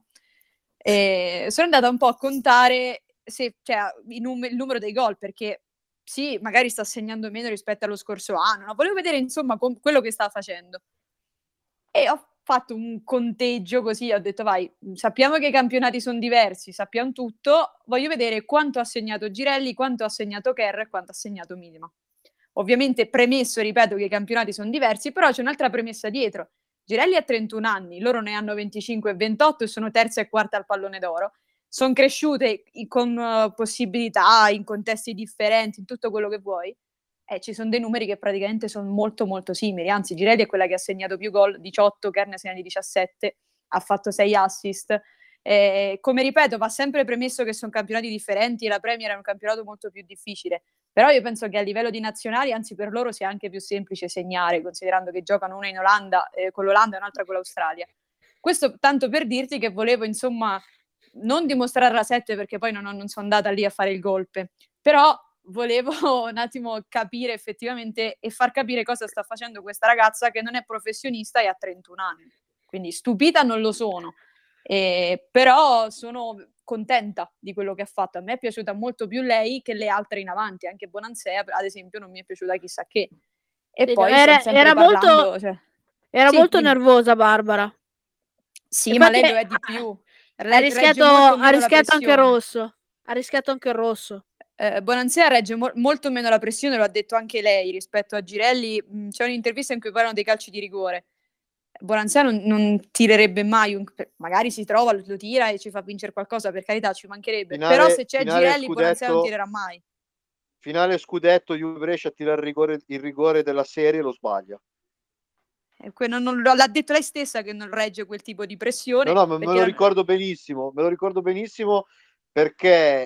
sono andata un po' a contare il numero dei gol, perché sì, magari sta segnando meno rispetto allo scorso anno, no? Volevo vedere insomma quello che stava facendo e ho fatto un conteggio così, ho detto vai, sappiamo che i campionati sono diversi, sappiamo tutto, voglio vedere quanto ha segnato Girelli, quanto ha segnato Kerr e quanto ha segnato Minima. Ovviamente premesso, ripeto, che i campionati sono diversi, però c'è un'altra premessa dietro. Girelli ha 31 anni, loro ne hanno 25 e 28 e sono terza e quarta al pallone d'oro. Sono cresciute con possibilità, in contesti differenti, in tutto quello che vuoi. Ci sono dei numeri che praticamente sono molto molto simili, anzi Girelli è quella che ha segnato più gol, 18, Kerr ne ha segnati 17, ha fatto 6 assist. Come ripeto, va sempre premesso che sono campionati differenti e la Premier è un campionato molto più difficile, però io penso che a livello di nazionali, anzi per loro sia anche più semplice segnare, considerando che giocano una in Olanda con l'Olanda e un'altra con l'Australia. Questo tanto per dirti che volevo insomma non dimostrare la 7 perché poi non sono andata lì a fare il golpe, però volevo un attimo capire effettivamente e far capire cosa sta facendo questa ragazza che non è professionista e ha 31 anni. Quindi stupita non lo sono, però sono contenta di quello che ha fatto. A me è piaciuta molto più lei che le altre in avanti, anche Bonansea ad esempio non mi è piaciuta chissà che. E poi era parlando, molto nervosa Barbara. Sì, ma lei lo è di più. Ha rischiato anche rosso. Ha rischiato anche il rosso. Bonansea regge molto meno la pressione, lo ha detto anche lei rispetto a Girelli. C'è un'intervista in cui parlano dei calci di rigore. Bonansea non tirerebbe mai, magari si trova, lo tira e ci fa vincere qualcosa, per carità, ci mancherebbe. Però se c'è Girelli, Bonansea non tirerà mai. Finale scudetto, Juve Brescia tira il rigore della serie e lo sbaglia. L'ha detto lei stessa che non regge quel tipo di pressione. No, me lo ricordo benissimo perché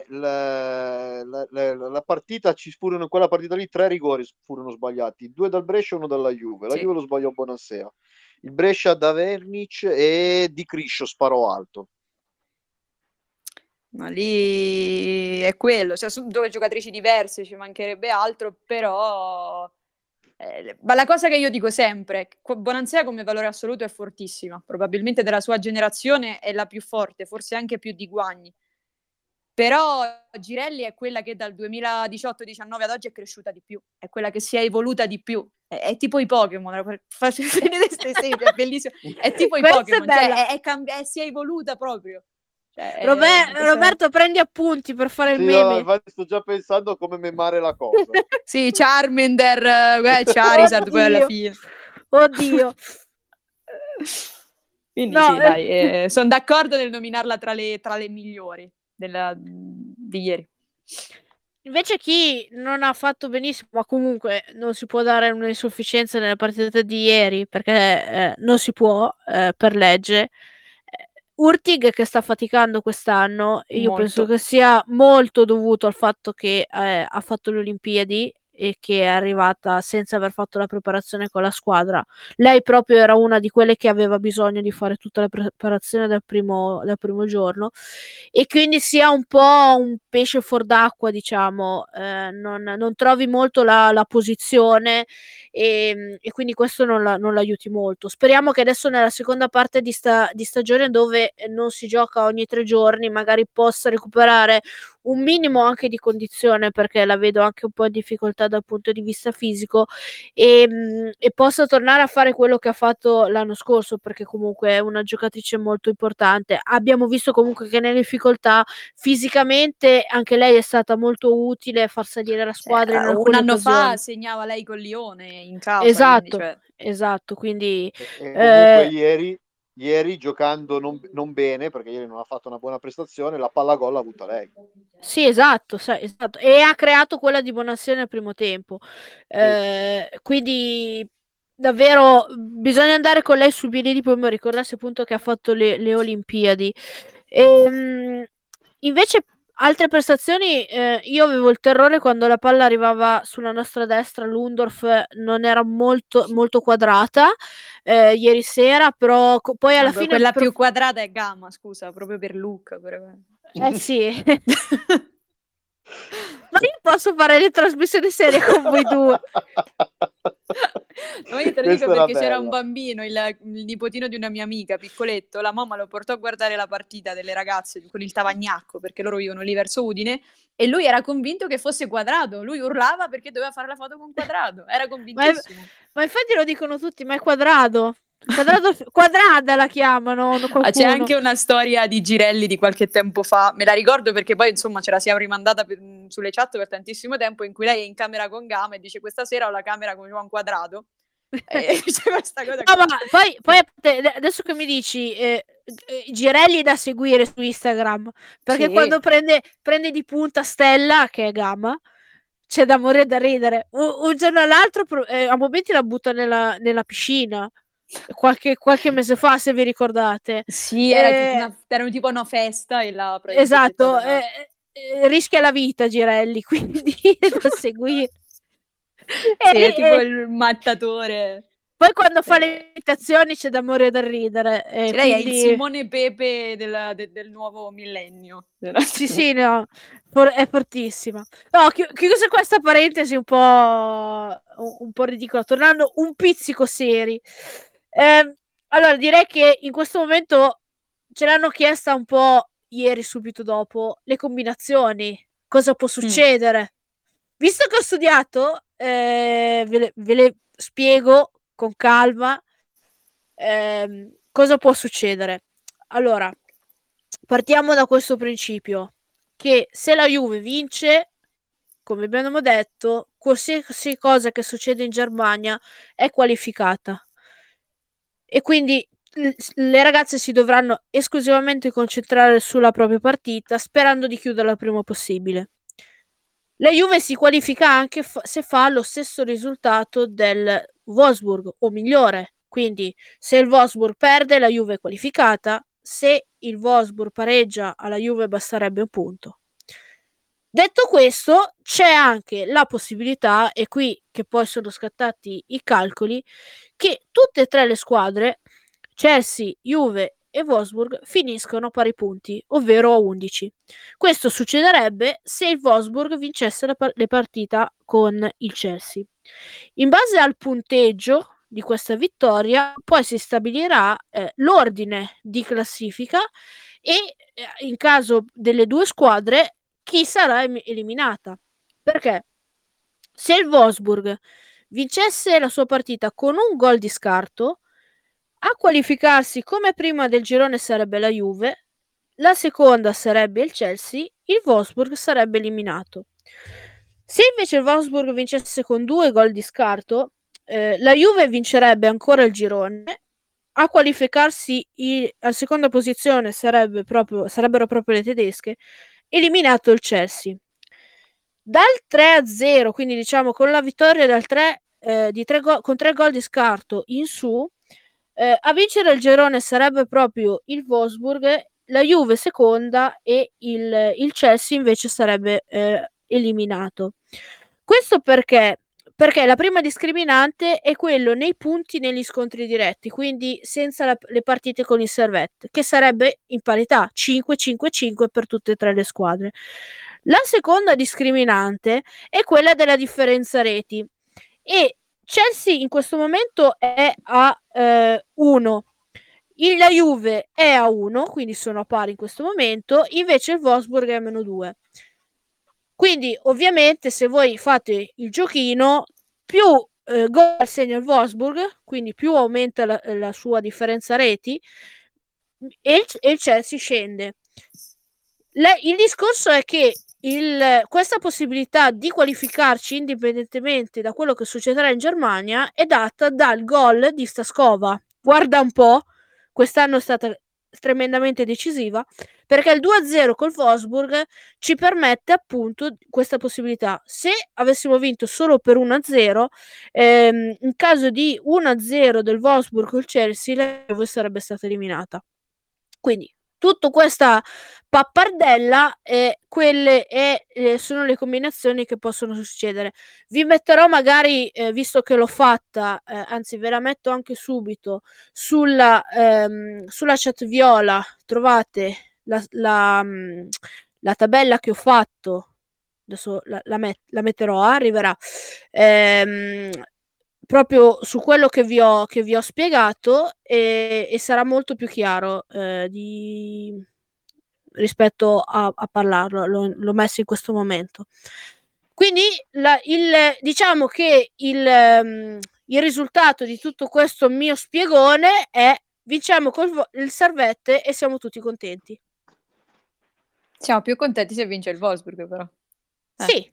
la partita in quella partita lì 3 rigori furono sbagliati, 2 dal Brescia e 1 dalla Juve. La Juve lo sbagliò Bonansea, il Brescia da Vernic e Di Criscio sparò alto. Ma lì è quello, sono 2 giocatrici diverse, ci mancherebbe altro, però ma la cosa che io dico sempre, Bonansea come valore assoluto è fortissima, probabilmente della sua generazione è la più forte, forse anche più di Guagni. Però Girelli è quella che dal 2018-19 ad oggi è cresciuta di più, è quella che si è evoluta di più. È tipo i Pokémon, è bellissimo. È tipo i Pokémon, si è evoluta proprio. Roberto, prendi appunti per fare il meme. Infatti sto già pensando a come memare la cosa. Sì, Charmander, Charizard poi alla fine. Oddio. Quindi sì, dai, sono d'accordo nel nominarla tra le migliori di ieri. Invece chi non ha fatto benissimo, ma comunque non si può dare un'insufficienza nelle partite di ieri, perché non si può per legge, Hurtig che sta faticando quest'anno, io penso Molto. che sia molto dovuto al fatto che ha fatto le Olimpiadi e che è arrivata senza aver fatto la preparazione con la squadra. Lei proprio era una di quelle che aveva bisogno di fare tutta la preparazione dal primo giorno, e quindi sia un po' un pesce fuor d'acqua, diciamo, non trovi molto la posizione, e quindi questo non l'aiuti molto. Speriamo che adesso nella seconda parte di stagione, dove non si gioca ogni 3 giorni, magari possa recuperare un minimo anche di condizione, perché la vedo anche un po' in difficoltà dal punto di vista fisico, e possa tornare a fare quello che ha fatto l'anno scorso, perché comunque è una giocatrice molto importante. Abbiamo visto comunque che nelle difficoltà fisicamente anche lei è stata molto utile a far salire la squadra in Un alcune anno occasioni. fa segnava lei col Lione in casa, quindi, cioè... Esatto, quindi E comunque ieri giocando non bene, perché ieri non ha fatto una buona prestazione, la palla gol l'ha avuta lei. sì, esatto, e ha creato quella di Bonazione al primo tempo. Quindi davvero bisogna andare con lei sui piedi, poi mi ricordarsi appunto che ha fatto le Olimpiadi. Invece altre prestazioni, io avevo il terrore quando la palla arrivava sulla nostra destra, Lundorf non era molto, molto quadrata ieri sera, però poi alla fine... Quella più quadrata è Gama, scusa, proprio per look. Sì. Ma io posso fare le trasmissioni serie con voi due. No, io te lo dico perché c'era un bambino, il nipotino di una mia amica, piccoletto, la mamma lo portò a guardare la partita delle ragazze con il Tavagnacco, perché loro vivono lì verso Udine, e lui era convinto che fosse quadrato, lui urlava perché doveva fare la foto con quadrato, era convintissimo. Ma infatti lo dicono tutti, ma è quadrato. Quadrada la chiamano qualcuno. C'è anche una storia di Girelli di qualche tempo fa, me la ricordo perché poi insomma ce la siamo rimandata sulle chat per tantissimo tempo, in cui lei è in camera con Gama e dice: questa sera ho la camera come un quadrato. E c'è questa cosa. No, ma poi adesso che mi dici Girelli da seguire su Instagram, perché Sì. quando prende di punta Stella, che è Gama, c'è da morire da ridere. Un giorno all'altro a momenti la butta nella piscina. Qualche mese fa, se vi ricordate. Sì, era tipo una festa e la esatto, rischia la vita Girelli, quindi è da seguire. Sì, è tipo il mattatore. Poi quando fa le imitazioni c'è da morire da ridere. Lei è il Simone Pepe del nuovo millennio. Sì, no, è fortissima. No, chiusa questa parentesi un po' ridicola, tornando un pizzico seri. Allora, direi che in questo momento ce l'hanno chiesta un po' ieri, subito dopo, le combinazioni. Cosa può succedere? Visto che ho studiato, ve le spiego con calma cosa può succedere. Allora, partiamo da questo principio, che se la Juve vince, come abbiamo detto, qualsiasi cosa che succede in Germania è qualificata. E quindi le ragazze si dovranno esclusivamente concentrare sulla propria partita, sperando di chiuderla il prima possibile. La Juve si qualifica anche se fa lo stesso risultato del Wolfsburg, o migliore. Quindi se il Wolfsburg perde, la Juve è qualificata. Se il Wolfsburg pareggia, alla Juve basterebbe un punto. Detto questo, c'è anche la possibilità, e qui che poi sono scattati i calcoli, che tutte e tre le squadre, Chelsea, Juve e Wolfsburg, finiscono pari punti, ovvero a 11. Questo succederebbe se il Wolfsburg vincesse le partite con il Chelsea. In base al punteggio di questa vittoria, poi si stabilirà l'ordine di classifica e in caso delle due squadre chi sarà eliminata. Perché se il Wolfsburg vincesse la sua partita con un gol di scarto, a qualificarsi come prima del girone sarebbe la Juve, la seconda sarebbe il Chelsea, il Wolfsburg sarebbe eliminato. Se invece il Wolfsburg vincesse con 2 gol di scarto, la Juve vincerebbe ancora il girone, a qualificarsi alla seconda posizione sarebbero proprio le tedesche, eliminato il Chelsea. Dal 3-0, quindi diciamo con la vittoria con 3 gol di scarto in su, A vincere il girone sarebbe proprio il Wolfsburg, la Juve seconda e il Chelsea invece sarebbe eliminato. Questo perché? Perché la prima discriminante è quello nei punti negli scontri diretti, quindi senza le partite con il servette, che sarebbe in parità 5-5-5 per tutte e tre le squadre. La seconda discriminante è quella della differenza reti e Chelsea in questo momento è a 1. La Juve è a 1, quindi sono a pari in questo momento, invece il Wolfsburg è a -2. Quindi ovviamente se voi fate il giochino, più gol segna il Wolfsburg, quindi più aumenta la sua differenza reti e il Chelsea scende. Il discorso è che questa possibilità di qualificarci indipendentemente da quello che succederà in Germania è data dal gol di Staskova. Guarda un po', quest'anno è stata tremendamente decisiva perché il 2-0 col Wolfsburg ci permette appunto questa possibilità. Se avessimo vinto solo per 1-0, in caso di 1-0 del Wolfsburg col Chelsea, la Juve sarebbe stata eliminata. Quindi tutta questa pappardella quelle sono le combinazioni che possono succedere. Vi metterò magari, visto che l'ho fatta, anzi ve la metto anche subito sulla chat viola, trovate la tabella che ho fatto. Adesso la metterò, arriverà proprio su quello che vi ho spiegato e sarà molto più chiaro rispetto a parlarlo. L'ho messo in questo momento. Quindi diciamo che il risultato di tutto questo mio spiegone è vinciamo con il servette e siamo tutti contenti. Siamo più contenti se vince il Wolfsburg, però. Sì,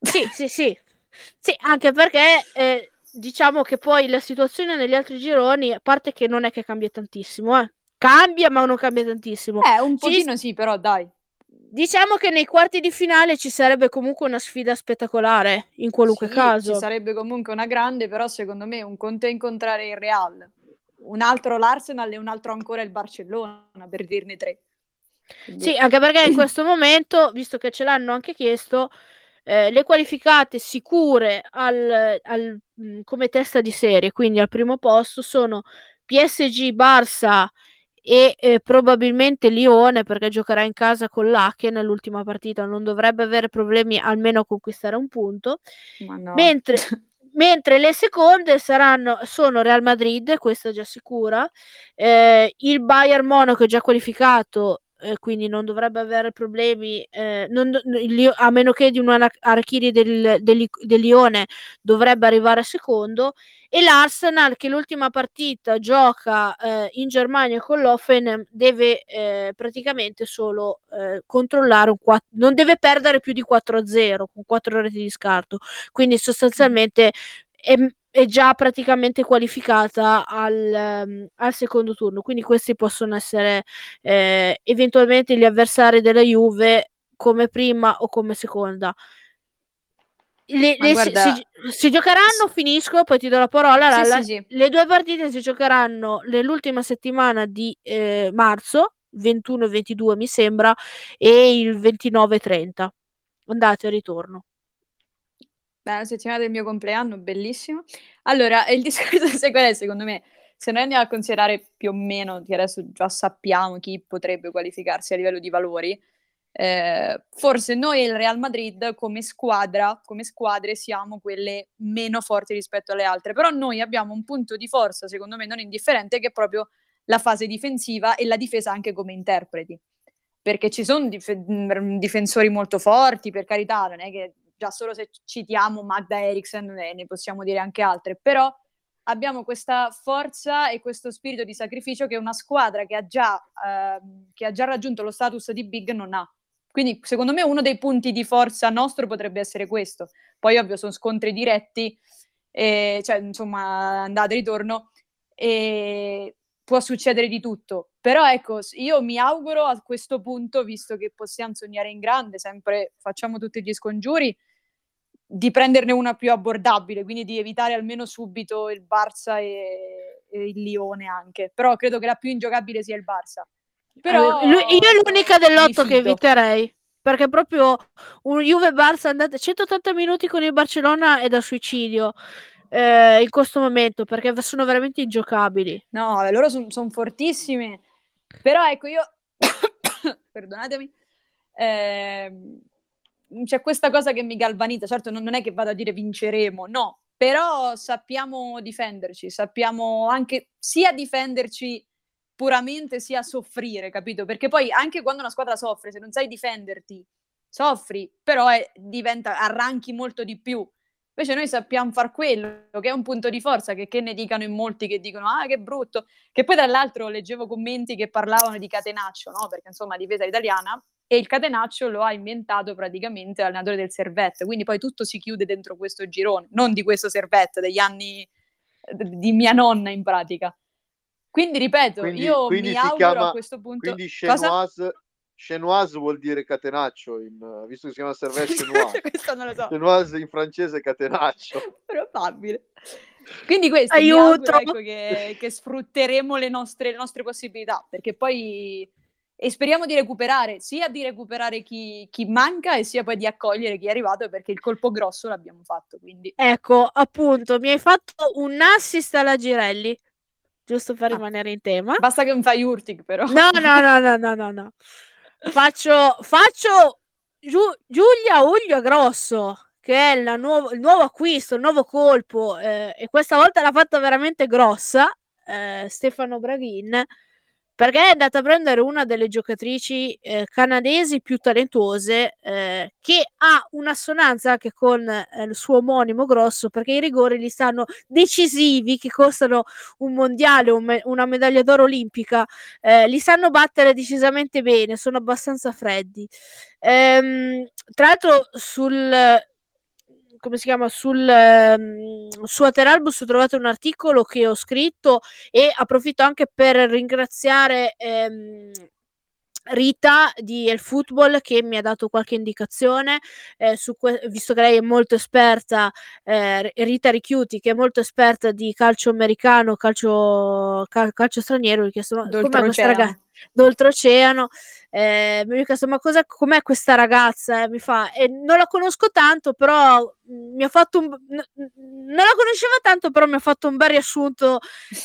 anche perché diciamo che poi la situazione negli altri gironi, a parte che non è che cambia tantissimo, cambia ma non cambia tantissimo. Un pochino sì, però dai. Diciamo che nei quarti di finale ci sarebbe comunque una sfida spettacolare, in qualunque caso. Ci sarebbe comunque una grande, però secondo me un conto è incontrare il Real, un altro l'Arsenal e un altro ancora il Barcellona, per dirne 3. Quindi... Sì, anche perché in questo momento, visto che ce l'hanno anche chiesto, le qualificate sicure come testa di serie, quindi al primo posto, sono PSG, Barça e probabilmente Lione, perché giocherà in casa con l'Aken nell'ultima partita, non dovrebbe avere problemi almeno a conquistare un punto. Ma no. Mentre le seconde sono Real Madrid, questa è già sicura, il Bayern Monaco è già qualificato, quindi non dovrebbe avere problemi, a meno che di un Harakiri del Lione dovrebbe arrivare secondo, e l'Arsenal che l'ultima partita gioca in Germania con l'Hoffenheim deve praticamente solo controllare non deve perdere più di 4-0 con 4 reti di scarto, quindi sostanzialmente è già praticamente qualificata al secondo turno, quindi questi possono essere eventualmente gli avversari della Juve come prima o come seconda. Si giocheranno, finisco, poi ti do la parola. Sì. Le due partite si giocheranno nell'ultima settimana di marzo, 21 e 22 mi sembra, e il 29 e 30. Andate e ritorno. Beh, la settimana del mio compleanno, bellissimo. Allora, il discorso secondo me, se noi andiamo a considerare più o meno, che adesso già sappiamo chi potrebbe qualificarsi a livello di valori, forse noi e il Real Madrid come squadre siamo quelle meno forti rispetto alle altre, però noi abbiamo un punto di forza, secondo me non indifferente, che è proprio la fase difensiva e la difesa anche come interpreti, perché ci sono difensori molto forti, per carità, non è che già solo se citiamo Magda Eriksen ne possiamo dire anche altre, però abbiamo questa forza e questo spirito di sacrificio che una squadra che ha già raggiunto lo status di big non ha. Quindi secondo me uno dei punti di forza nostro potrebbe essere questo. Poi ovvio sono scontri diretti, cioè insomma andata e ritorno, e può succedere di tutto. Però ecco, io mi auguro a questo punto, visto che possiamo sognare in grande, sempre facciamo tutti gli scongiuri, di prenderne una più abbordabile, quindi di evitare almeno subito il Barça e il Lione anche, però credo che la più ingiocabile sia il Barça. Però io è l'unica dell'8 mi che fido. eviterei, perché proprio un Juve-Barça andate 180 minuti con il Barcellona è da suicidio in questo momento, perché sono veramente ingiocabili. No, loro sono fortissime, però ecco io, perdonatemi, c'è questa cosa che mi galvanizza. Certo non è che vado a dire vinceremo, no, però sappiamo difenderci, sappiamo anche sia difenderci puramente sia soffrire, capito? Perché poi anche quando una squadra soffre, se non sai difenderti, soffri, però arranchi molto di più. Invece noi sappiamo far quello, che è un punto di forza, che ne dicano in molti che dicono ah che brutto, che poi tra l'altro leggevo commenti che parlavano di catenaccio, no? Perché insomma difesa italiana, e il catenaccio lo ha inventato praticamente l'allenatore del Servette, quindi poi tutto si chiude dentro questo girone, non di questo Servette, degli anni di mia nonna in pratica. Quindi ripeto, io Quindi mi si auguro chiama, a questo punto... quindi Cosa? Chenoise vuol dire catenaccio, visto che si chiama Servette Chenoise. Questo non lo so. Chenoise in francese è catenaccio. Probabile. Quindi questo, mi Aiuto! auguro, ecco, che sfrutteremo le nostre possibilità, perché poi e speriamo di recuperare chi manca e sia poi di accogliere chi è arrivato, perché il colpo grosso l'abbiamo fatto, quindi Ecco, appunto, mi hai fatto un assist alla Girelli, giusto per rimanere in tema. basta che non fai Urtic però. No. Faccio Giulia Uglio Grosso, che è il nuovo acquisto, il nuovo colpo, e questa volta l'ha fatta veramente grossa, Stefano Braghin, perché è andata a prendere una delle giocatrici canadesi più talentuose, che ha un'assonanza anche con il suo omonimo Grosso, perché i rigori gli stanno decisivi, che costano un mondiale, una medaglia d'oro olimpica, li sanno battere decisamente bene, sono abbastanza freddi. Tra l'altro come si chiama, su Ateralbus trovate un articolo che ho scritto, e approfitto anche per ringraziare Rita di El Football, che mi ha dato qualche indicazione visto che lei è molto esperta, Rita Richiuti, che è molto esperta di calcio americano, calcio straniero. Mi ha chiesto com'è questa ragazza d'oltreoceano, mi ha chiesto ma com'è questa ragazza, mi fa, e non la conosco tanto, però mi ha fatto non la conosceva tanto, però mi ha fatto un bel riassunto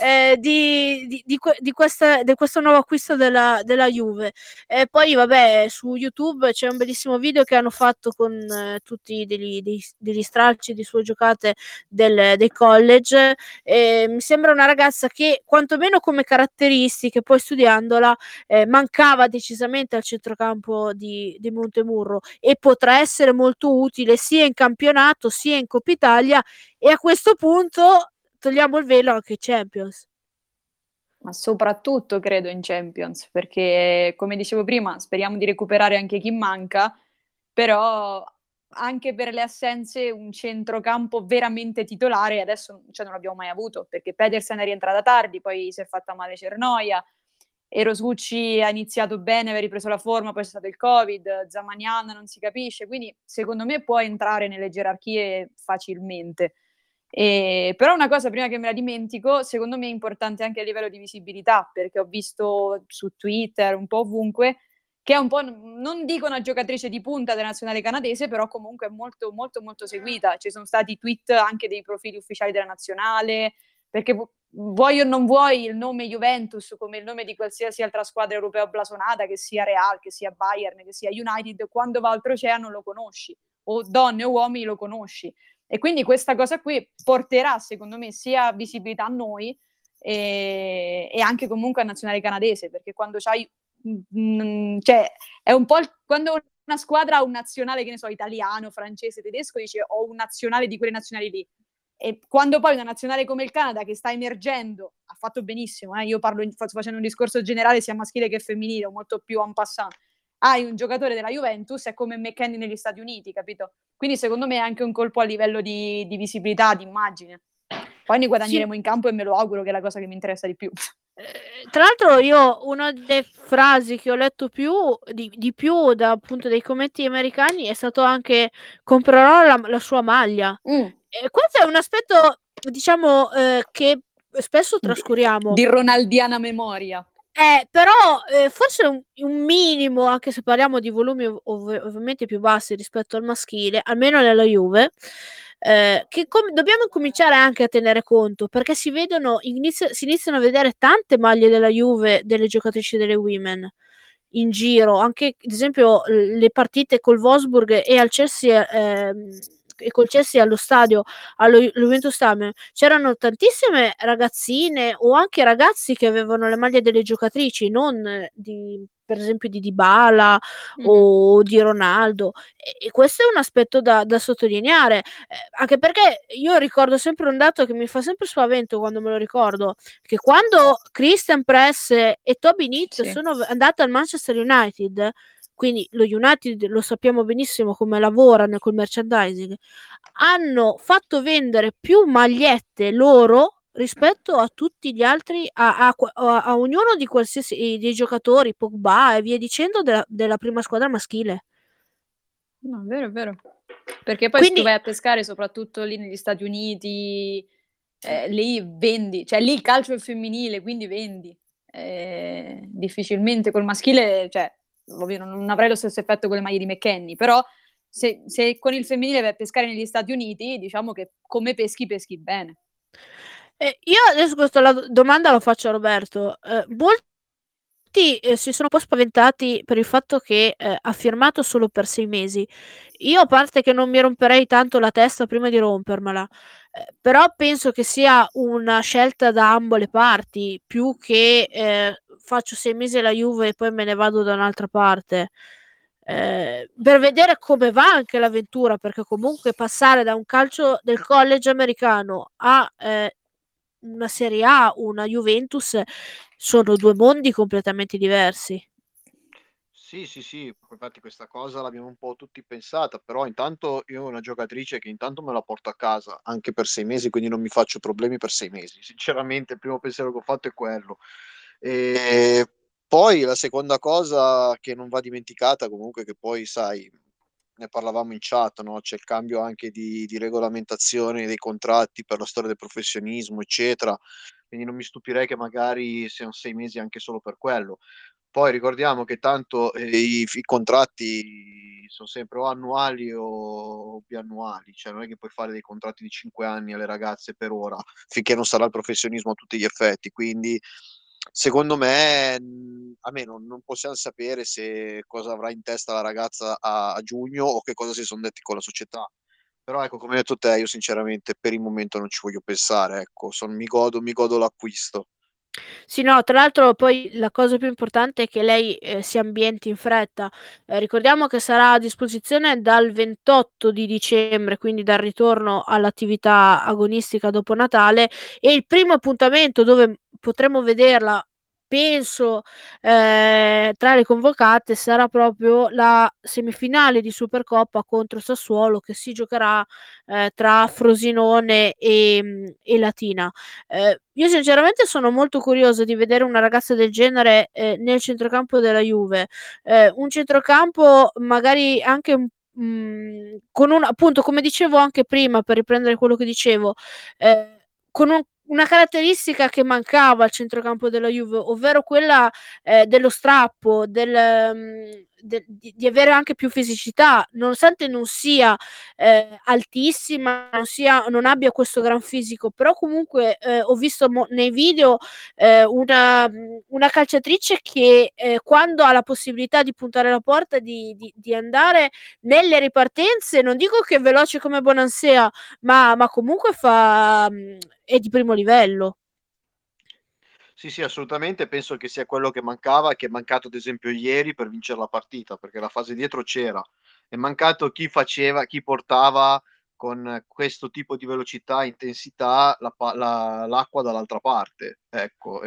di questo nuovo acquisto della Juve. E poi vabbè, su YouTube c'è un bellissimo video che hanno fatto con tutti degli stralci di sue giocate dei college. Mi sembra una ragazza che quantomeno come caratteristiche, poi studiandola, mancava decisamente al centrocampo di Montemurro, e potrà essere molto utile sia in campionato sia in Coppa Italia, e a questo punto togliamo il velo anche ai Champions. Ma soprattutto credo in Champions, perché come dicevo prima speriamo di recuperare anche chi manca, però anche per le assenze un centrocampo veramente titolare adesso non l'abbiamo mai avuto, perché Pedersen è rientrata tardi, poi si è fatta male Cernoia, e Rosucci ha iniziato bene, aveva ripreso la forma, poi c'è stato il Covid, Zamanian non si capisce, quindi secondo me può entrare nelle gerarchie facilmente. Però una cosa, prima che me la dimentico, secondo me è importante anche a livello di visibilità, perché ho visto su Twitter, un po' ovunque, che è un po', non dico una giocatrice di punta della nazionale canadese, però comunque è molto molto molto seguita. Ci sono stati tweet anche dei profili ufficiali della nazionale, perché vuoi o non vuoi il nome Juventus, come il nome di qualsiasi altra squadra europea blasonata, che sia Real, che sia Bayern, che sia United, quando va oltreoceano lo conosci, o donne o uomini lo conosci. E quindi questa cosa qui porterà, secondo me, sia visibilità a noi e anche comunque a nazionale canadese, perché quando c'hai cioè è un po' quando una squadra ha un nazionale, che ne so, italiano, francese, tedesco, dice ho un nazionale di quelle nazionali lì. E quando poi una nazionale come il Canada, che sta emergendo, ha fatto benissimo, io sto facendo un discorso generale sia maschile che femminile, molto più en passant, hai un giocatore della Juventus, è come McKennie negli Stati Uniti, capito? Quindi secondo me è anche un colpo a livello di visibilità, di immagine. Poi ne guadagneremo in campo, e me lo auguro, che è la cosa che mi interessa di più. Tra l'altro io una delle frasi che ho letto di più da appunto dei commenti americani è stato anche comprerò la sua maglia. Questo è un aspetto, diciamo, che spesso trascuriamo. Di ronaldiana memoria. Però forse un minimo, anche se parliamo di volumi ovviamente più bassi rispetto al maschile, almeno nella Juve, che dobbiamo cominciare anche a tenere conto, perché si iniziano a vedere tante maglie della Juve delle giocatrici delle women in giro, anche ad esempio le partite col Wolfsburg e al Chelsea e col Chelsea allo stadio, allo Juventus Stadium, c'erano tantissime ragazzine o anche ragazzi che avevano le maglie delle giocatrici, non per esempio di Dybala o di Ronaldo, e questo è un aspetto da sottolineare, anche perché io ricordo sempre un dato che mi fa sempre spavento quando me lo ricordo, che quando Christian Press e Toby Nitt sono andate al Manchester United, quindi lo United lo sappiamo benissimo come lavorano col merchandising, hanno fatto vendere più magliette loro rispetto a tutti gli altri, a ognuno di qualsiasi dei giocatori, Pogba e via dicendo, della prima squadra maschile. No, è vero. Perché poi se tu vai a pescare, soprattutto lì negli Stati Uniti, lì vendi, cioè lì il calcio è femminile, quindi vendi. Difficilmente col maschile, cioè, ovvio, non avrai lo stesso effetto con le maglie di McKennie, però se con il femminile vai a pescare negli Stati Uniti, diciamo che come peschi bene. Io adesso questa domanda la faccio a Roberto. Molti si sono un po' spaventati per il fatto che ha firmato solo per 6 mesi. Io, a parte che non mi romperei tanto la testa prima di rompermela, però penso che sia una scelta da ambo le parti, più che faccio 6 mesi alla Juve e poi me ne vado da un'altra parte. Per vedere come va anche l'avventura, perché comunque passare da un calcio del college americano a una Serie A, una Juventus, sono 2 mondi completamente diversi. Sì, infatti questa cosa l'abbiamo un po' tutti pensata, però intanto io ho una giocatrice che intanto me la porto a casa anche per 6 mesi, quindi non mi faccio problemi per 6 mesi. Sinceramente il primo pensiero che ho fatto è quello. E poi la seconda cosa che non va dimenticata, comunque, che poi sai, ne parlavamo in chat, no? C'è il cambio anche di regolamentazione dei contratti per la storia del professionismo, eccetera. Quindi non mi stupirei che magari siano 6 mesi anche solo per quello. Poi ricordiamo che tanto i contratti sono sempre o annuali o biannuali, cioè non è che puoi fare dei contratti di 5 anni alle ragazze per ora, finché non sarà il professionismo a tutti gli effetti. Quindi secondo me, almeno non possiamo sapere se cosa avrà in testa la ragazza a giugno o che cosa si sono detti con la società. Però ecco, come hai detto te, io sinceramente per il momento non ci voglio pensare, ecco, mi godo l'acquisto. Sì, no, tra l'altro poi la cosa più importante è che lei si ambienti in fretta. Ricordiamo che sarà a disposizione dal 28 di dicembre, quindi dal ritorno all'attività agonistica dopo Natale, e il primo appuntamento dove potremo vederla, penso, tra le convocate sarà proprio la semifinale di Supercoppa contro Sassuolo, che si giocherà tra Frosinone e Latina. Io sinceramente sono molto curiosa di vedere una ragazza del genere nel centrocampo della Juve, un centrocampo magari anche con un, appunto, come dicevo anche prima, per riprendere quello che dicevo, con una caratteristica che mancava al centrocampo della Juve, ovvero quella dello strappo, di avere anche più fisicità, nonostante non sia altissima, non abbia questo gran fisico, però comunque ho visto nei video una calciatrice che quando ha la possibilità di puntare la porta, di andare nelle ripartenze, non dico che è veloce come Bonansea, ma comunque è di primo livello. Sì, assolutamente, penso che sia quello che mancava, che è mancato ad esempio ieri per vincere la partita, perché la fase dietro c'era. È mancato chi portava con questo tipo di velocità, intensità, l'acqua dall'altra parte. Ecco,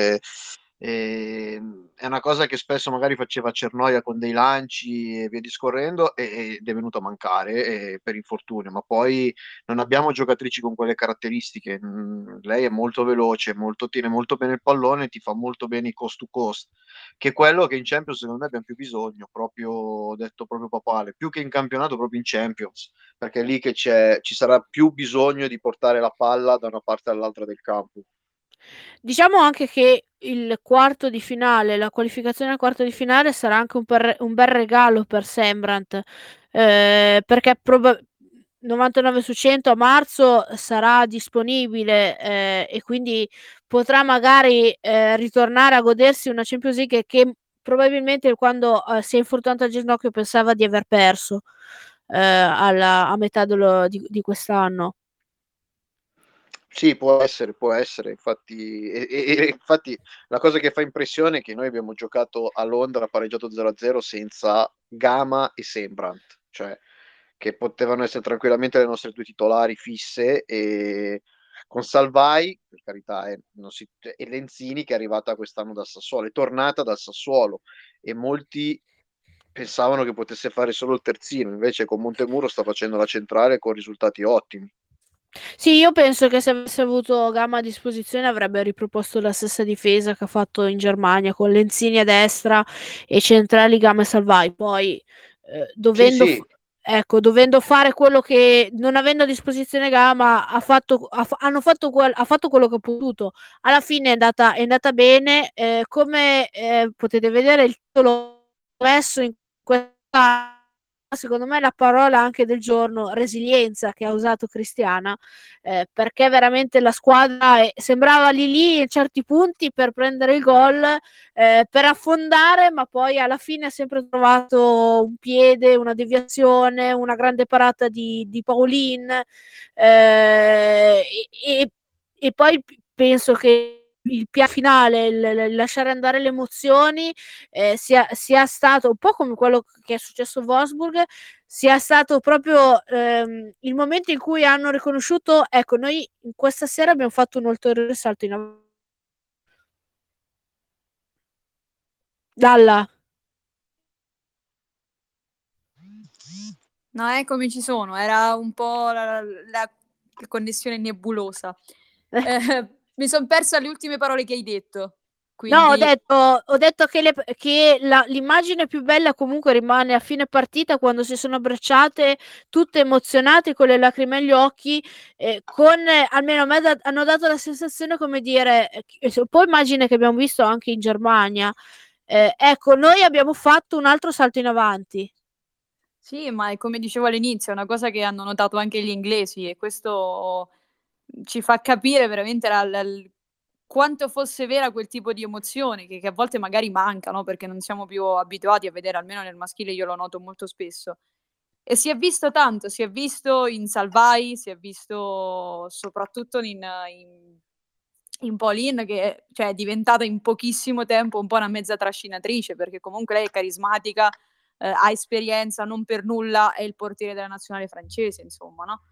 è una cosa che spesso magari faceva Cernoia con dei lanci e via discorrendo ed è venuto a mancare per infortunio, ma poi non abbiamo giocatrici con quelle caratteristiche. Lei è molto veloce, tiene molto bene il pallone, ti fa molto bene i cost to cost, che è quello che in Champions secondo me abbiamo più bisogno, proprio detto proprio papale, più che in campionato, proprio in Champions, perché è lì che ci sarà più bisogno di portare la palla da una parte all'altra del campo. Diciamo anche che il quarto di finale, la qualificazione al quarto di finale sarà anche un bel regalo per Sembrant, perché 99 su 100 a marzo sarà disponibile, e quindi potrà magari ritornare a godersi una Champions League che probabilmente quando si è infortunato al ginocchio pensava di aver perso a metà di quest'anno. Sì, può essere, infatti, infatti la cosa che fa impressione è che noi abbiamo giocato a Londra, pareggiato 0-0 senza Gama e Sembrant, cioè che potevano essere tranquillamente le nostre due titolari fisse, e con Salvai, per carità, e Lenzini che è arrivata quest'anno dal Sassuolo, è tornata dal Sassuolo, e molti pensavano che potesse fare solo il terzino, invece con Montemuro sta facendo la centrale con risultati ottimi. Sì, io penso che se avesse avuto Gama a disposizione avrebbe riproposto la stessa difesa che ha fatto in Germania con Lenzini a destra e centrali Gama e Salvai. Poi Sì, sì, dovendo fare quello che non avendo a disposizione Gama ha fatto quello che ha potuto. Alla fine è andata bene. Come potete vedere, il titolo messo in questa, secondo me, la parola anche del giorno, resilienza, che ha usato Cristiana, perché veramente la squadra sembrava lì in certi punti per prendere il gol, per affondare, ma poi alla fine ha sempre trovato un piede, una deviazione, una grande parata di Paulin, e poi penso che il piano finale, il lasciare andare le emozioni, sia stato un po' come quello che è successo a Wolfsburg, sia stato proprio il momento in cui hanno riconosciuto, ecco, noi questa sera abbiamo fatto un ulteriore salto in avanti. Dalla. No, eccomi, ci sono. Era un po' la connessione nebulosa. Mi son persa le ultime parole che hai detto, No, quindi ho detto che l'immagine più bella comunque rimane a fine partita quando si sono abbracciate tutte emozionate con le lacrime agli occhi, almeno a me hanno dato la sensazione come dire, un po' immagine che abbiamo visto anche in Germania. Ecco, noi abbiamo fatto un altro salto in avanti. sì, ma è come dicevo all'inizio, è una cosa che hanno notato anche gli inglesi e questo, ci fa capire veramente la l quanto fosse vera quel tipo di emozione che a volte magari manca, no, perché non siamo più abituati a vedere, almeno nel maschile io lo noto molto spesso. E si è visto tanto, si è visto in Salvai, si è visto soprattutto in Pauline che, cioè, è diventata in pochissimo tempo un po' una mezza trascinatrice, perché comunque lei è carismatica, ha esperienza, non per nulla è il portiere della nazionale francese, insomma, no,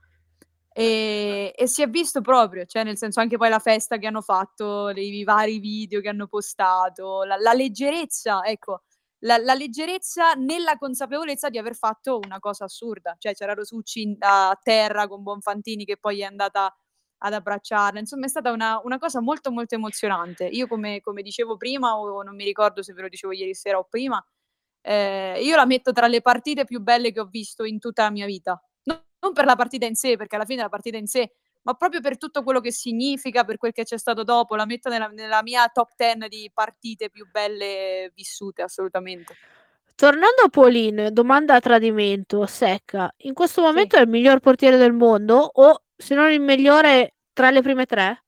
e si è visto proprio, cioè nel senso anche poi la festa che hanno fatto, i vari video che hanno postato, la leggerezza, ecco, la leggerezza nella consapevolezza di aver fatto una cosa assurda. Cioè c'era Rosucci a terra con Bonfantini che poi è andata ad abbracciarla. Insomma è stata una cosa molto, molto emozionante. Io come dicevo prima o non mi ricordo se ve lo dicevo ieri sera o prima, io la metto tra le partite più belle che ho visto in tutta la mia vita. Non per la partita in sé, perché alla fine la partita in sé, ma proprio per tutto quello che significa, per quel che c'è stato dopo, la metto nella mia top 10 di partite più belle vissute, assolutamente. Tornando a Pauline, domanda a tradimento, secca. In questo Sì. momento è il miglior portiere del mondo o se non il migliore tra le prime tre?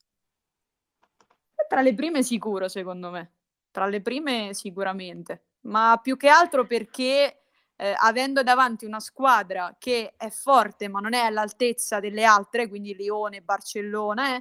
Tra le prime sicuro, secondo me. Tra le prime sicuramente, ma più che altro perché, avendo davanti una squadra che è forte, ma non è all'altezza delle altre, quindi Lione, Barcellona,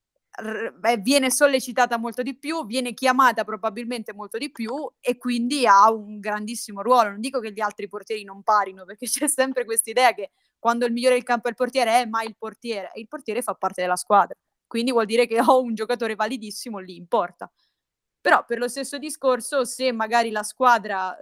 viene sollecitata molto di più, viene chiamata probabilmente molto di più e quindi ha un grandissimo ruolo. Non dico che gli altri portieri non parino, perché c'è sempre quest'idea che quando il migliore del campo è il portiere, ma il portiere fa parte della squadra. Quindi vuol dire che ho un giocatore validissimo lì in porta. Però per lo stesso discorso, se magari la squadra,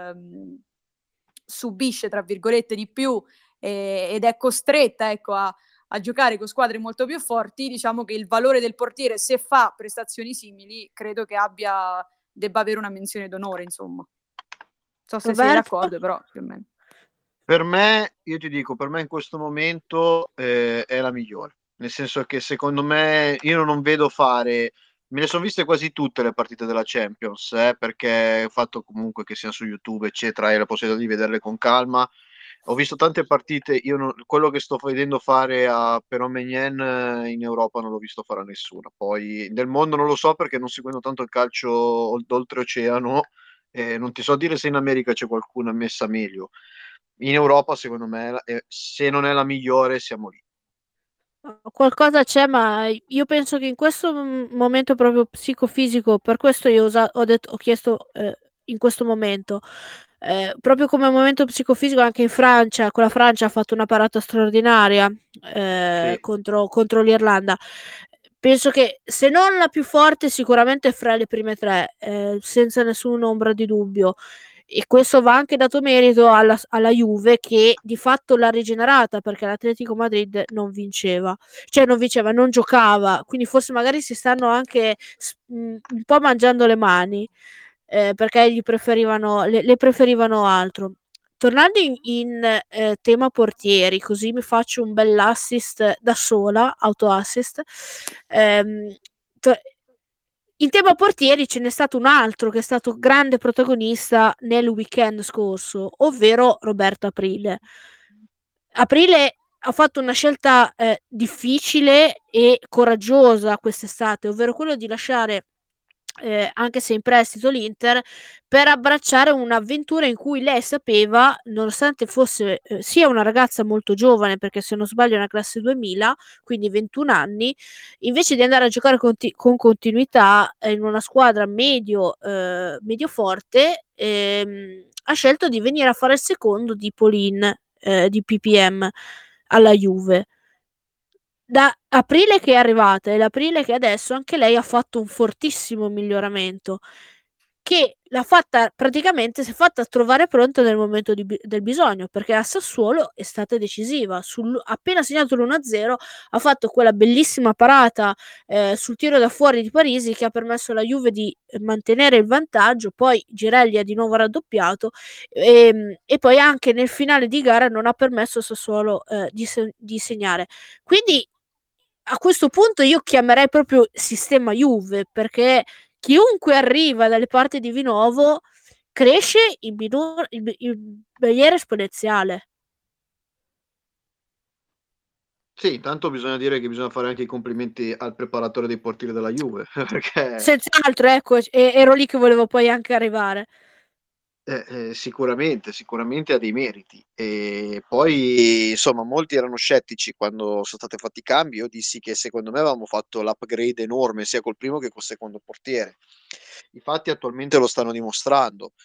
"subisce" tra virgolette di più, ed è costretta, ecco, a giocare con squadre molto più forti, diciamo che il valore del portiere, se fa prestazioni simili, credo che debba avere una menzione d'onore, insomma. So se sei Roberto? d'accordo, però più o meno. per me, io ti dico, per me in questo momento è la migliore, nel senso che secondo me io non vedo fare Me ne sono viste quasi tutte le partite della Champions, perché il fatto comunque che siano su YouTube, eccetera, hai la possibilità di vederle con calma. Ho visto tante partite, quello che sto vedendo fare a Pero Maignan in Europa non l'ho visto fare a nessuno. Poi nel mondo non lo so perché non seguendo tanto il calcio d'oltreoceano, non ti so dire se in America c'è qualcuna messa meglio. In Europa, secondo me, se non è la migliore, siamo lì. Qualcosa c'è, ma io penso che in questo momento proprio psicofisico, per questo io ho chiesto in questo momento, proprio come momento psicofisico anche in Francia, con la Francia ha fatto una parata straordinaria Sì. contro l'Irlanda. Penso che se non la più forte, sicuramente fra le prime tre, senza nessuna ombra di dubbio. E questo va anche dato merito alla Juve che di fatto l'ha rigenerata perché l'Atletico Madrid non vinceva, cioè non vinceva, non giocava, quindi forse magari si stanno anche un po' mangiando le mani perché le preferivano altro. Tornando in tema portieri, così mi faccio un bell'assist da sola, auto-assist. To- in tema portieri ce n'è stato un altro che è stato grande protagonista nel weekend scorso, ovvero Roberto Aprile. Aprile ha fatto una scelta difficile e coraggiosa quest'estate, ovvero quello di lasciare anche se in prestito l'Inter, per abbracciare un'avventura in cui lei sapeva, nonostante fosse sia una ragazza molto giovane, perché se non sbaglio è una classe 2000, quindi 21 anni, invece di andare a giocare con continuità in una squadra medio forte, ha scelto di venire a fare il secondo di Polin, di PPM alla Juve. Da aprile che è arrivata e l'aprile che adesso anche lei ha fatto un fortissimo miglioramento che l'ha fatta praticamente si è fatta trovare pronta nel momento del bisogno perché a Sassuolo è stata decisiva appena segnato l'1-0 ha fatto quella bellissima parata sul tiro da fuori di Parisi che ha permesso alla Juve di mantenere il vantaggio, poi Girelli ha di nuovo raddoppiato e poi anche nel finale di gara non ha permesso a Sassuolo di segnare, quindi a questo punto io chiamerei proprio sistema Juve, perché chiunque arriva dalle parti di Vinovo cresce in maniera esponenziale. Sì, intanto bisogna dire che bisogna fare anche i complimenti al preparatore dei portieri della Juve, perché Senz'altro, ecco, ero lì che volevo poi anche arrivare. sicuramente ha dei meriti. E poi, insomma, molti erano scettici quando sono stati fatti i cambi. Io dissi che secondo me avevamo fatto l'upgrade enorme sia col primo che col secondo portiere. I fatti attualmente lo stanno dimostrando.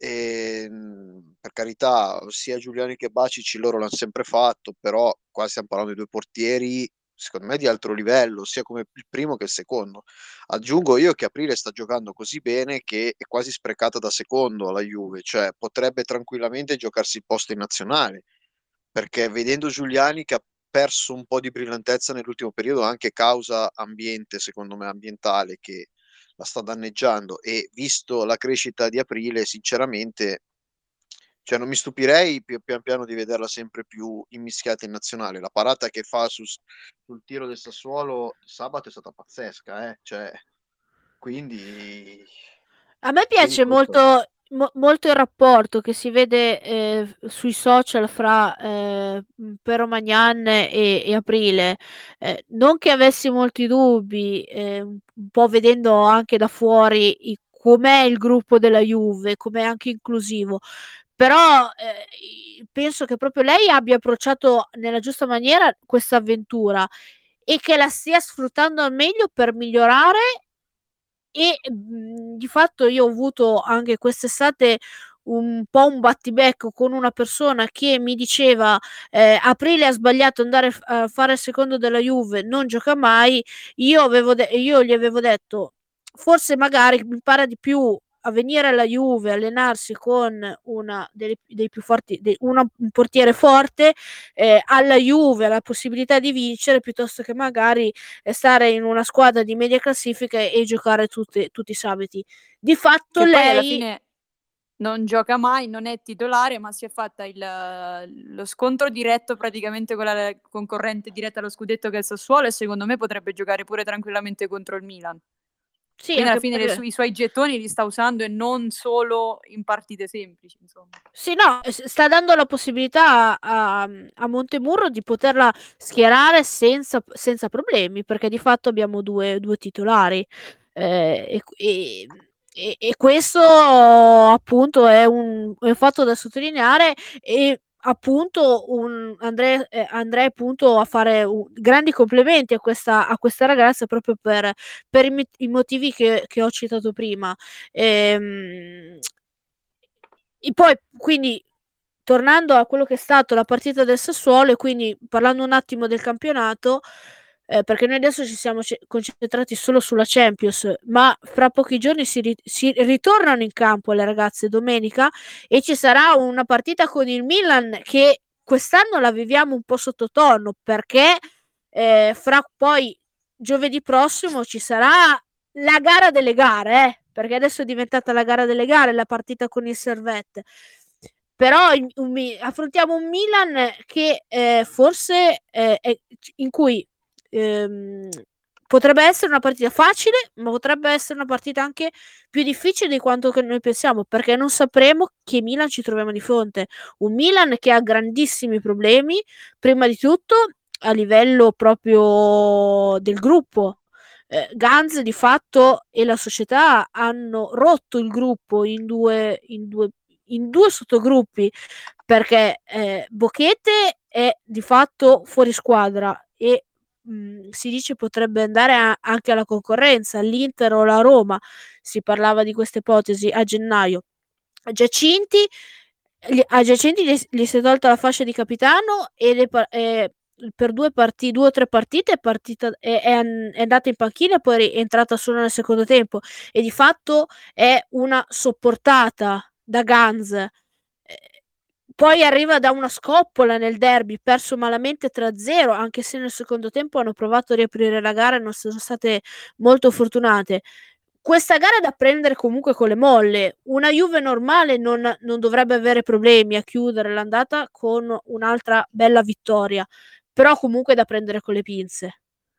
Per carità, sia Giuliani che Bacici loro l'hanno sempre fatto, però qua stiamo parlando di due portieri, secondo me, di altro livello, sia come il primo che il secondo. Aggiungo io che Aprile sta giocando così bene che è quasi sprecata da secondo alla Juve, cioè potrebbe tranquillamente giocarsi il posto in nazionale, perché vedendo Giuliani che ha perso un po' di brillantezza nell'ultimo periodo, anche causa ambiente, secondo me ambientale, che la sta danneggiando, e visto la crescita di Aprile, sinceramente, cioè non mi stupirei pian piano di vederla sempre più immischiata in nazionale. La parata che fa sul tiro del Sassuolo sabato è stata pazzesca, cioè, quindi, A me quindi piace questo. molto il rapporto che si vede sui social fra Pero Magnan e Aprile. Non che avessi molti dubbi, un po' vedendo anche da fuori com'è il gruppo della Juve, com'è anche inclusivo. Però penso che proprio lei abbia approcciato nella giusta maniera questa avventura e che la stia sfruttando al meglio per migliorare e, di fatto io ho avuto anche quest'estate un po' un battibecco con una persona che mi diceva: "Aprile ha sbagliato andare a fare il secondo della Juve, non gioca mai". Io gli avevo detto: "Forse magari impara di più a venire alla Juve, allenarsi con una dei più forti un portiere forte, alla Juve ha la possibilità di vincere piuttosto che magari stare in una squadra di media classifica e giocare tutti i sabati". Di fatto Che poi alla lei fine non gioca mai, non è titolare, ma si è fatta lo scontro diretto praticamente con la concorrente diretta allo scudetto che è il Sassuolo e secondo me potrebbe giocare pure tranquillamente contro il Milan. Sì, Quindi alla anche fine perché i suoi gettoni li sta usando e non solo in partite semplici, insomma. sì, no, sta dando la possibilità a Montemurro di poterla schierare senza problemi, perché di fatto abbiamo due titolari. E questo appunto è un fatto da sottolineare e appunto andrei appunto a fare grandi complimenti a questa ragazza proprio per i motivi che ho citato prima. E poi, quindi, tornando a quello che è stato la partita del Sassuolo e quindi parlando un attimo del campionato, perché noi adesso ci siamo concentrati solo sulla Champions, ma fra pochi giorni si ritornano in campo le ragazze domenica e ci sarà una partita con il Milan che quest'anno la viviamo un po' sottotono perché fra poi giovedì prossimo ci sarà la gara delle gare, perché adesso è diventata la gara delle gare, la partita con il Servette. Però affrontiamo un Milan che forse in cui potrebbe essere una partita facile, ma potrebbe essere una partita anche più difficile di quanto che noi pensiamo, perché non sapremo che Milan ci troviamo di fronte. Un Milan che ha grandissimi problemi, prima di tutto a livello proprio del gruppo. Ganz di fatto e la società hanno rotto il gruppo in due sottogruppi perché Bochete è di fatto fuori squadra e si dice potrebbe andare anche alla concorrenza, l'Inter o la Roma, si parlava di questa ipotesi a gennaio. A Giacinti gli si è tolta la fascia di capitano e per 2 o 3 partite è andata in panchina e poi è entrata solo nel secondo tempo e di fatto è una sopportata da Ganz. Poi arriva da una scoppola nel derby, perso malamente 3-0, anche se nel secondo tempo hanno provato a riaprire la gara e non sono state molto fortunate. Questa gara è da prendere comunque con le molle. Una Juve normale non dovrebbe avere problemi a chiudere l'andata con un'altra bella vittoria, però comunque è da prendere con le pinze.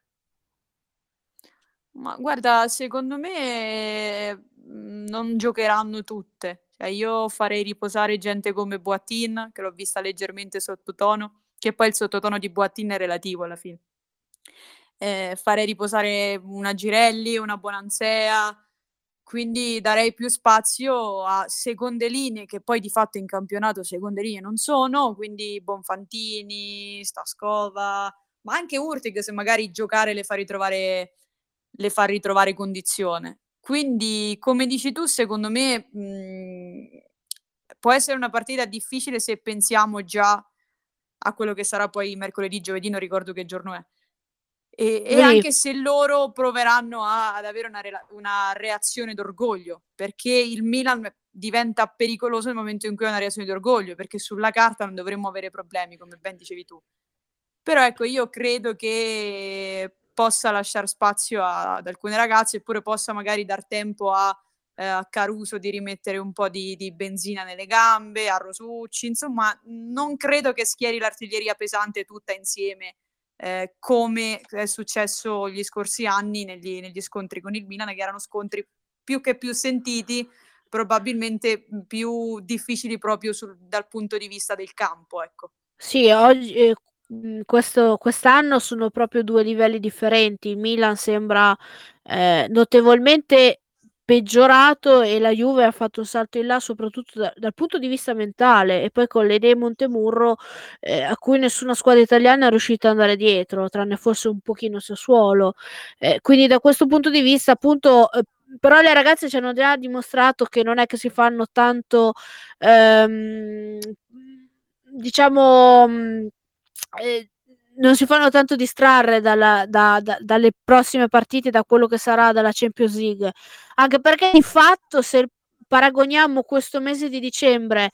Ma guarda, secondo me non giocheranno tutte. Cioè, io farei riposare gente come Boattin, che l'ho vista leggermente sottotono, che poi il sottotono di Boattin è relativo alla fine. Farei riposare una Girelli, una Bonansea, quindi darei più spazio a seconde linee che poi di fatto in campionato seconde linee non sono, quindi Bonfantini, Staskova, ma anche Hurtig se magari giocare le fa ritrovare condizione. Quindi, come dici tu, secondo me può essere una partita difficile se pensiamo già a quello che sarà poi mercoledì, giovedì, non ricordo che giorno è. E anche se loro proveranno ad avere una reazione d'orgoglio, perché il Milan diventa pericoloso nel momento in cui ha una reazione d'orgoglio, perché sulla carta non dovremmo avere problemi, come ben dicevi tu. Però ecco, io credo che possa lasciar spazio ad alcune ragazze, eppure possa magari dar tempo a Caruso di rimettere un po' di benzina nelle gambe, a Rosucci, insomma, non credo che schieri l'artiglieria pesante tutta insieme, come è successo gli scorsi anni negli scontri con il Milan, che erano scontri più che più sentiti, probabilmente più difficili proprio dal punto di vista del campo, ecco. Sì, oggi quest'anno sono proprio 2 livelli differenti. Il Milan sembra notevolmente peggiorato e la Juve ha fatto un salto in là soprattutto dal punto di vista mentale e poi con le idee Montemurro a cui nessuna squadra italiana è riuscita ad andare dietro, tranne forse un pochino Sassuolo. Quindi da questo punto di vista appunto però le ragazze ci hanno già dimostrato che non è che si fanno tanto diciamo non si fanno tanto distrarre dalle prossime partite, da quello che sarà dalla Champions League, anche perché di fatto se paragoniamo questo mese di dicembre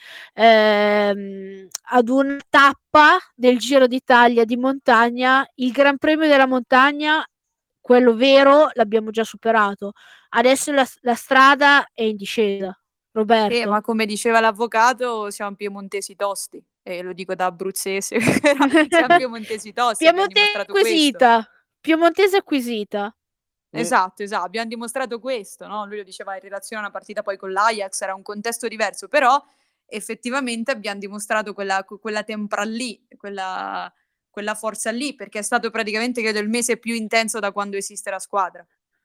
ad una tappa del Giro d'Italia di montagna, il Gran Premio della Montagna, quello vero, l'abbiamo già superato. Adesso la strada è in discesa. Roberto. Ma come diceva l'avvocato, siamo piemontesi tosti, e lo dico da abruzzese, però siamo piemontesi tosti, abbiamo dimostrato questo. Piemontese acquisita. Esatto, abbiamo dimostrato questo, no? Lui lo diceva in relazione a una partita poi con l'Ajax, era un contesto diverso, però effettivamente abbiamo dimostrato quella tempra lì, quella forza lì, perché è stato praticamente, credo, il mese più intenso da quando esiste la squadra.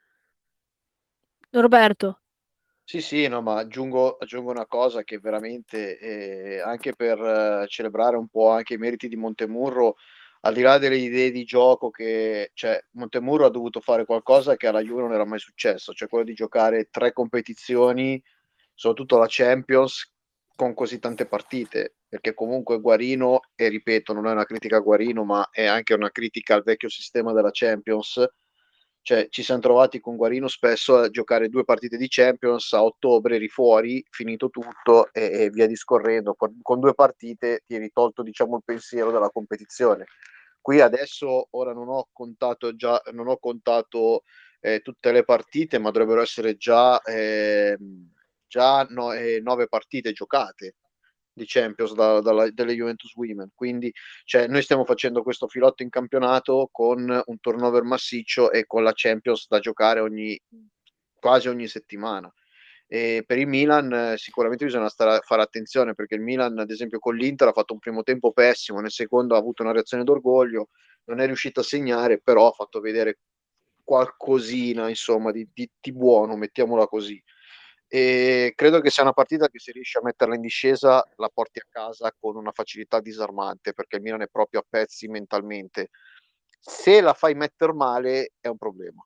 Roberto. Sì, no, ma aggiungo una cosa che veramente, anche per celebrare un po' anche i meriti di Montemurro, al di là delle idee di gioco cioè Montemurro ha dovuto fare qualcosa che alla Juve non era mai successo, cioè quello di giocare 3 competizioni, soprattutto la Champions, con così tante partite, perché comunque Guarino, e ripeto, non è una critica a Guarino, ma è anche una critica al vecchio sistema della Champions. Cioè, ci siamo trovati con Guarino spesso a giocare 2 partite di Champions a ottobre, eri fuori, finito tutto e via discorrendo. Con 2 partite ti eri tolto, diciamo, il pensiero della competizione. Qui adesso, ora non ho contato tutte le partite, ma dovrebbero essere già 9 partite giocate di Champions delle Juventus Women. Quindi cioè, noi stiamo facendo questo filotto in campionato con un turnover massiccio e con la Champions da giocare quasi ogni settimana. E per il Milan sicuramente bisogna fare attenzione, perché il Milan, ad esempio, con l'Inter ha fatto un primo tempo pessimo, nel secondo ha avuto una reazione d'orgoglio, non è riuscito a segnare, però ha fatto vedere qualcosina, insomma, di buono, mettiamola così. E credo che sia una partita che, se riesci a metterla in discesa, la porti a casa con una facilità disarmante, perché il Milan è proprio a pezzi mentalmente. Se la fai mettere male è un problema.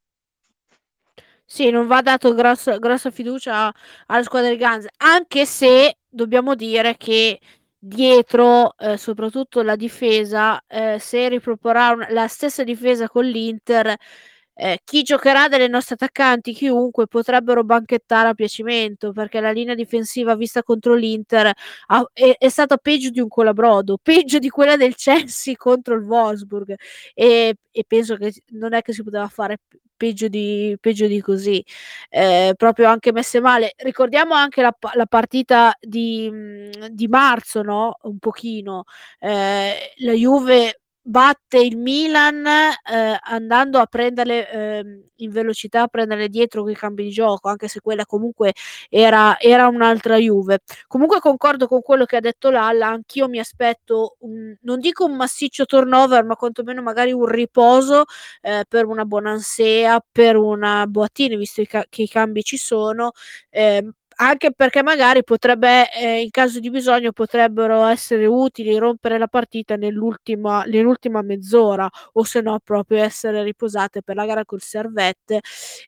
Sì, non va dato grossa fiducia alla squadra di Guns, anche se dobbiamo dire che dietro, soprattutto la difesa, se riproporrà la stessa difesa con l'Inter, chi giocherà delle nostre attaccanti, chiunque, potrebbero banchettare a piacimento, perché la linea difensiva vista contro l'Inter è stata peggio di un colabrodo, peggio di quella del Chelsea contro il Wolfsburg, e penso che non è che si poteva fare peggio di così, proprio anche messe male. Ricordiamo anche la partita di marzo, no? Un pochino, la Juve batte il Milan andando a prenderle in velocità, a prenderle dietro con i cambi di gioco, anche se quella comunque era un'altra Juve. Comunque concordo con quello che ha detto Lalla, anch'io mi aspetto non dico un massiccio turnover, ma quantomeno magari un riposo per una Bonansea, per una Boatini, visto che i cambi ci sono, anche perché magari potrebbe, in caso di bisogno, potrebbero essere utili, rompere la partita nell'ultima mezz'ora, o se no proprio essere riposate per la gara col Servette,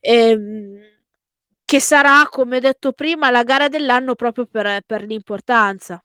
che sarà, come detto prima, la gara dell'anno proprio per l'importanza.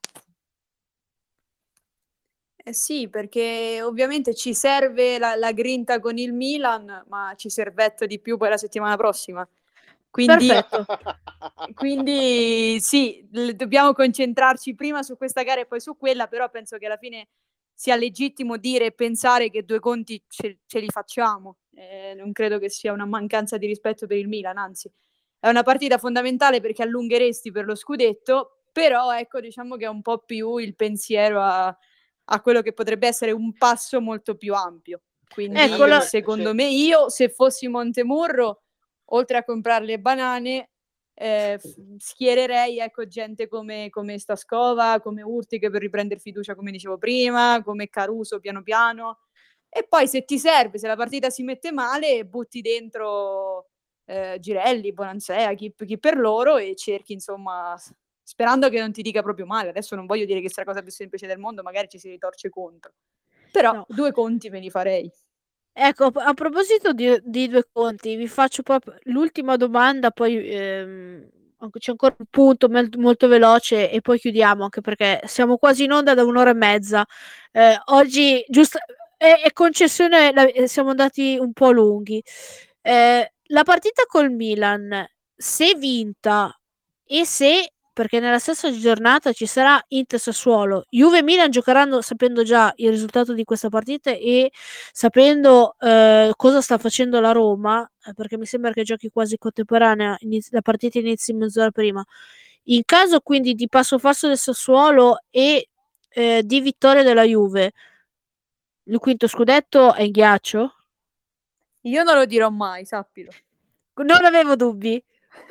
Sì, perché ovviamente ci serve la grinta con il Milan, ma ci servetta di più poi la settimana prossima. Perfetto. Quindi sì, dobbiamo concentrarci prima su questa gara e poi su quella, però penso che alla fine sia legittimo dire e pensare che 2 conti ce li facciamo. Non credo che sia una mancanza di rispetto per il Milan, anzi è una partita fondamentale perché allungheresti per lo scudetto, però ecco, diciamo che è un po' più il pensiero a quello che potrebbe essere un passo molto più ampio. Quindi secondo me, io se fossi Montemurro, oltre a comprare le banane, schiererei, ecco, gente come Staskova, come Hurtig per riprendere fiducia, come dicevo prima, come Caruso piano piano, e poi se ti serve, se la partita si mette male, butti dentro Girelli, Bonansea, chi per loro, e cerchi, insomma, sperando che non ti dica proprio male. Adesso non voglio dire che sia la cosa più semplice del mondo, magari ci si ritorce contro, però No. 2 conti me li farei. Ecco, a proposito di 2 conti, vi faccio proprio l'ultima domanda, poi c'è ancora un punto molto veloce e poi chiudiamo, anche perché siamo quasi in onda da 1 ora e mezza. Oggi giusto è concessione, siamo andati un po' lunghi. La partita col Milan, se vinta, e se, perché nella stessa giornata ci sarà Inter Sassuolo, Juve e Milan giocheranno sapendo già il risultato di questa partita e sapendo cosa sta facendo la Roma, perché mi sembra che giochi quasi contemporanea, la partita inizi mezz'ora prima. In caso quindi di passo falso del Sassuolo e di vittoria della Juve, il quinto scudetto è in ghiaccio? Io non lo dirò mai, sappilo. Non avevo dubbi.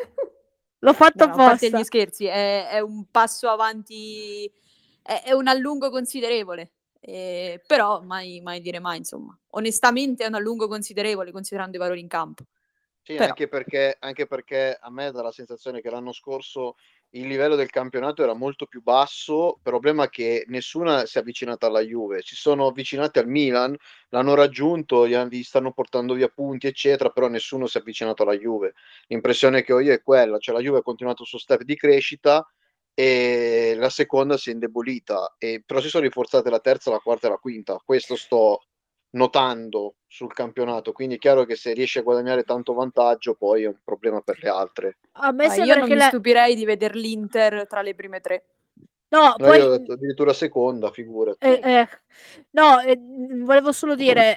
L'ho fatto No, a parte apposta. gli scherzi, è un passo avanti, è un allungo considerevole, però mai dire mai, insomma. Onestamente è un allungo considerevole considerando i valori in campo. Sì, Però. anche perché a me dà la sensazione che l'anno scorso il livello del campionato era molto più basso, problema che nessuna si è avvicinata alla Juve, si sono avvicinati al Milan, l'hanno raggiunto, gli stanno portando via punti, eccetera, però nessuno si è avvicinato alla Juve. L'impressione che ho io è quella, cioè la Juve ha continuato il suo step di crescita e la seconda si è indebolita, però si sono rinforzate la terza, la quarta e la quinta. Questo sto notando sul campionato, quindi è chiaro che se riesce a guadagnare tanto vantaggio poi è un problema per le altre. A me Io sembra non che mi stupirei di veder l'Inter tra le prime 3. No, No, io ho poi detto addirittura seconda, figurati. no, volevo solo dire,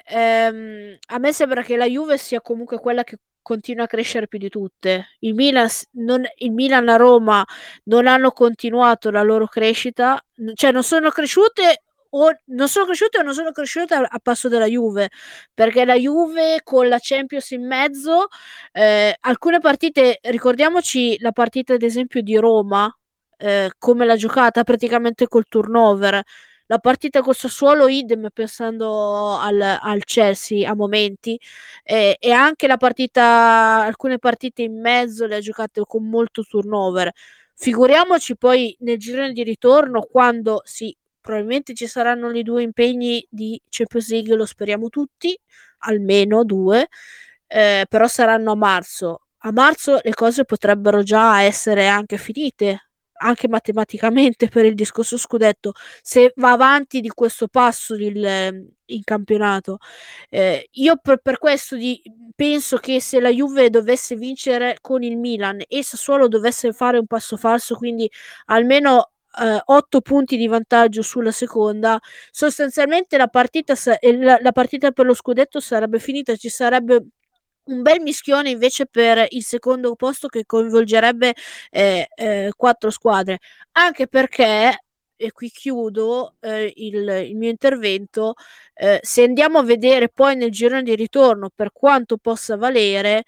a me sembra che la Juve sia comunque quella che continua a crescere più di tutte. Il Milan a Roma non hanno continuato la loro crescita, cioè non sono cresciute o non sono cresciute a passo della Juve, perché la Juve con la Champions in mezzo, alcune partite, ricordiamoci la partita ad esempio di Roma, come l'ha giocata praticamente col turnover. La partita col Sassuolo idem, pensando al Chelsea a momenti, e anche alcune partite in mezzo le ha giocate con molto turnover. Figuriamoci poi nel girone di ritorno, quando sì, probabilmente ci saranno i 2 impegni di Champions League, lo speriamo tutti, almeno 2, però saranno a marzo. A marzo le cose potrebbero già essere anche finite, anche matematicamente, per il discorso scudetto, se va avanti di questo passo in campionato. Io per questo penso che se la Juve dovesse vincere con il Milan e Sassuolo dovesse fare un passo falso, quindi almeno 8 punti di vantaggio sulla seconda, sostanzialmente la partita per lo scudetto sarebbe finita, ci sarebbe un bel mischione invece per il secondo posto, che coinvolgerebbe 4 squadre, anche perché, e qui chiudo il mio intervento, se andiamo a vedere poi nel girone di ritorno per quanto possa valere,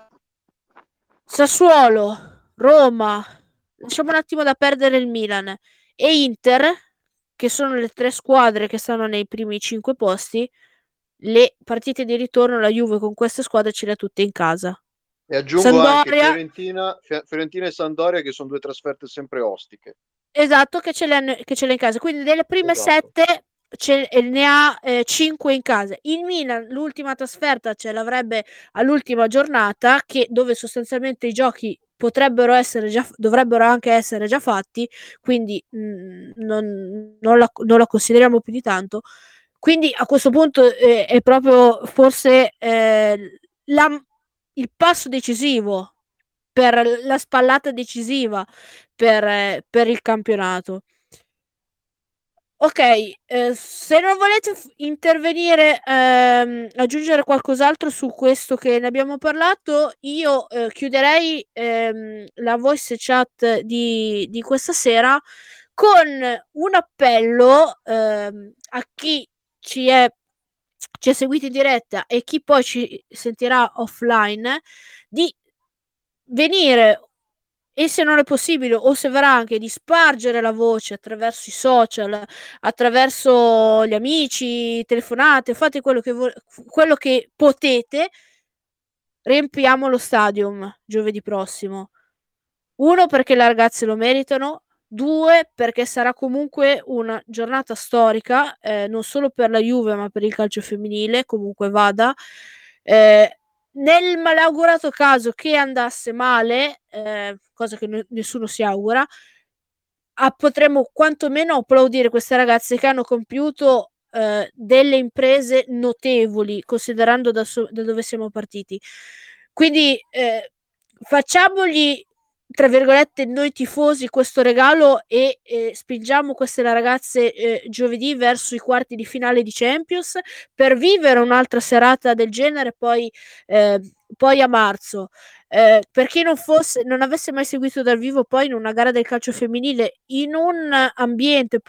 Sassuolo, Roma, lasciamo un attimo da perdere il Milan, e Inter, che sono le 3 squadre che stanno nei primi 5 posti, le partite di ritorno la Juve con queste squadre ce le ha tutte in casa. E aggiungo anche Sampdoria, Fiorentina e Sampdoria, che sono 2 trasferte sempre ostiche. esatto, che ce l'ha in casa. Quindi delle prime Esatto. 7 ne ha 5 in casa. Il Milan, l'ultima trasferta ce l'avrebbe all'ultima giornata, dove sostanzialmente i giochi dovrebbero anche essere già fatti, quindi non la consideriamo più di tanto. Quindi a questo punto è proprio forse il passo decisivo, per la spallata decisiva per il campionato. Ok, se non volete intervenire, aggiungere qualcos'altro su questo che ne abbiamo parlato, io chiuderei la voice chat di questa sera con un appello a chi ci è seguito in diretta e chi poi ci sentirà offline, di venire, e se non è possibile o se verrà anche, di spargere la voce attraverso i social, attraverso gli amici, telefonate, fate quello che potete. Riempiamo lo stadium giovedì prossimo. 1, perché le ragazze lo meritano. 2, perché sarà comunque una giornata storica, non solo per la Juve ma per il calcio femminile, comunque vada. Nel malaugurato caso che andasse male, cosa che nessuno si augura, potremmo quantomeno applaudire queste ragazze che hanno compiuto delle imprese notevoli, considerando da dove siamo partiti. Quindi facciamogli, tra virgolette, noi tifosi, questo regalo e spingiamo queste ragazze giovedì verso i quarti di finale di Champions, per vivere un'altra serata del genere poi a marzo. Per chi non avesse mai seguito dal vivo poi in una gara del calcio femminile, in un ambiente poi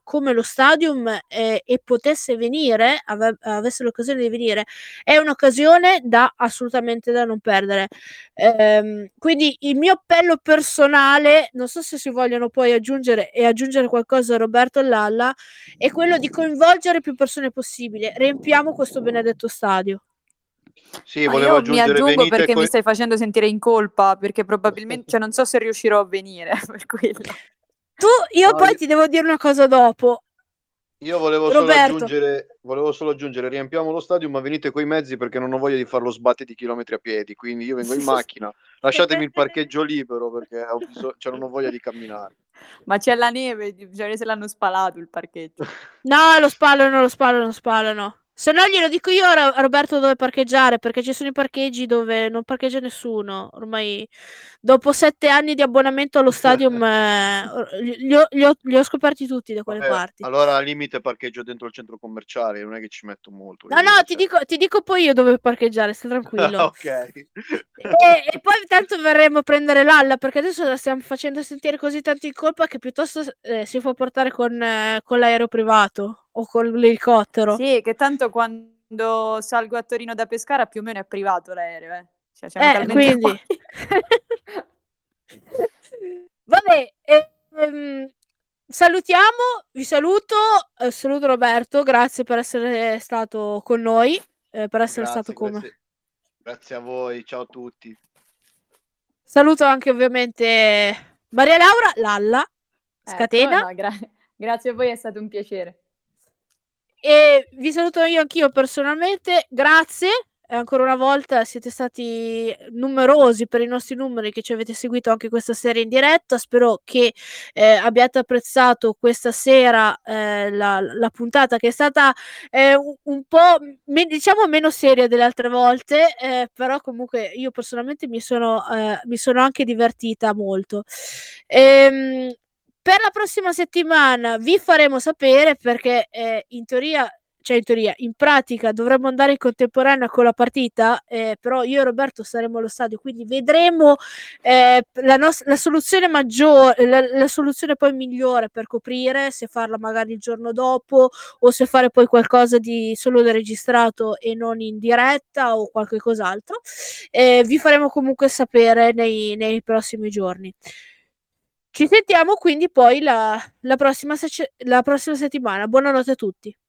come lo Stadium e potesse venire, avesse l'occasione di venire, è un'occasione assolutamente da non perdere. Quindi il mio appello personale, non so se si vogliono poi aggiungere qualcosa a Roberto e Lalla, è quello di coinvolgere più persone possibile. Riempiamo questo benedetto stadio. Sì, volevo io mi aggiungere aggiungo perché venite mi stai facendo sentire in colpa, perché probabilmente, cioè non so se riuscirò a venire per quello. Io poi ti devo dire una cosa dopo. Io volevo Roberto. solo aggiungere, riempiamo lo stadio, ma venite coi mezzi perché non ho voglia di farlo sbatte di chilometri a piedi, quindi io vengo in macchina, lasciatemi il parcheggio libero perché non ho voglia di camminare. Ma c'è la neve, cioè se l'hanno spalato il parcheggio. No, lo spalano. Se no glielo dico io a Roberto dove parcheggiare, perché ci sono i parcheggi dove non parcheggia nessuno. Ormai dopo 7 anni di abbonamento allo Stadium li ho scoperti tutti da quelle parti. Allora al limite parcheggio dentro il centro commerciale, non è che ci metto molto. No, ti dico poi io dove parcheggiare, stai tranquillo. Ok. E poi tanto verremo a prendere Lalla, perché adesso la stiamo facendo sentire così tanto in colpa che piuttosto si fa portare con l'aereo privato o con l'elicottero. Sì, che tanto quando salgo a Torino da Pescara più o meno è privato l'aereo, Cioè, quindi vabbè, vi saluto Roberto, grazie per essere stato con noi, per essere stato come grazie a voi, ciao a tutti. Saluto anche ovviamente Maria Laura, Lalla, Scatena. Grazie a voi, è stato un piacere. E vi saluto anch'io personalmente, grazie. Ancora una volta siete stati numerosi per i nostri numeri che ci avete seguito anche questa serie in diretta. Spero che abbiate apprezzato questa sera la puntata, che è stata un po' diciamo meno seria delle altre volte, però comunque io personalmente mi sono anche divertita molto. Per la prossima settimana vi faremo sapere, perché in pratica dovremmo andare in contemporanea con la partita, però io e Roberto saremo allo stadio, quindi vedremo la soluzione maggiore, la soluzione poi migliore per coprire, se farla magari il giorno dopo o se fare poi qualcosa di solo da registrato e non in diretta o qualche cos'altro. Vi faremo comunque sapere nei prossimi giorni. Ci sentiamo quindi poi la prossima settimana. Buonanotte a tutti.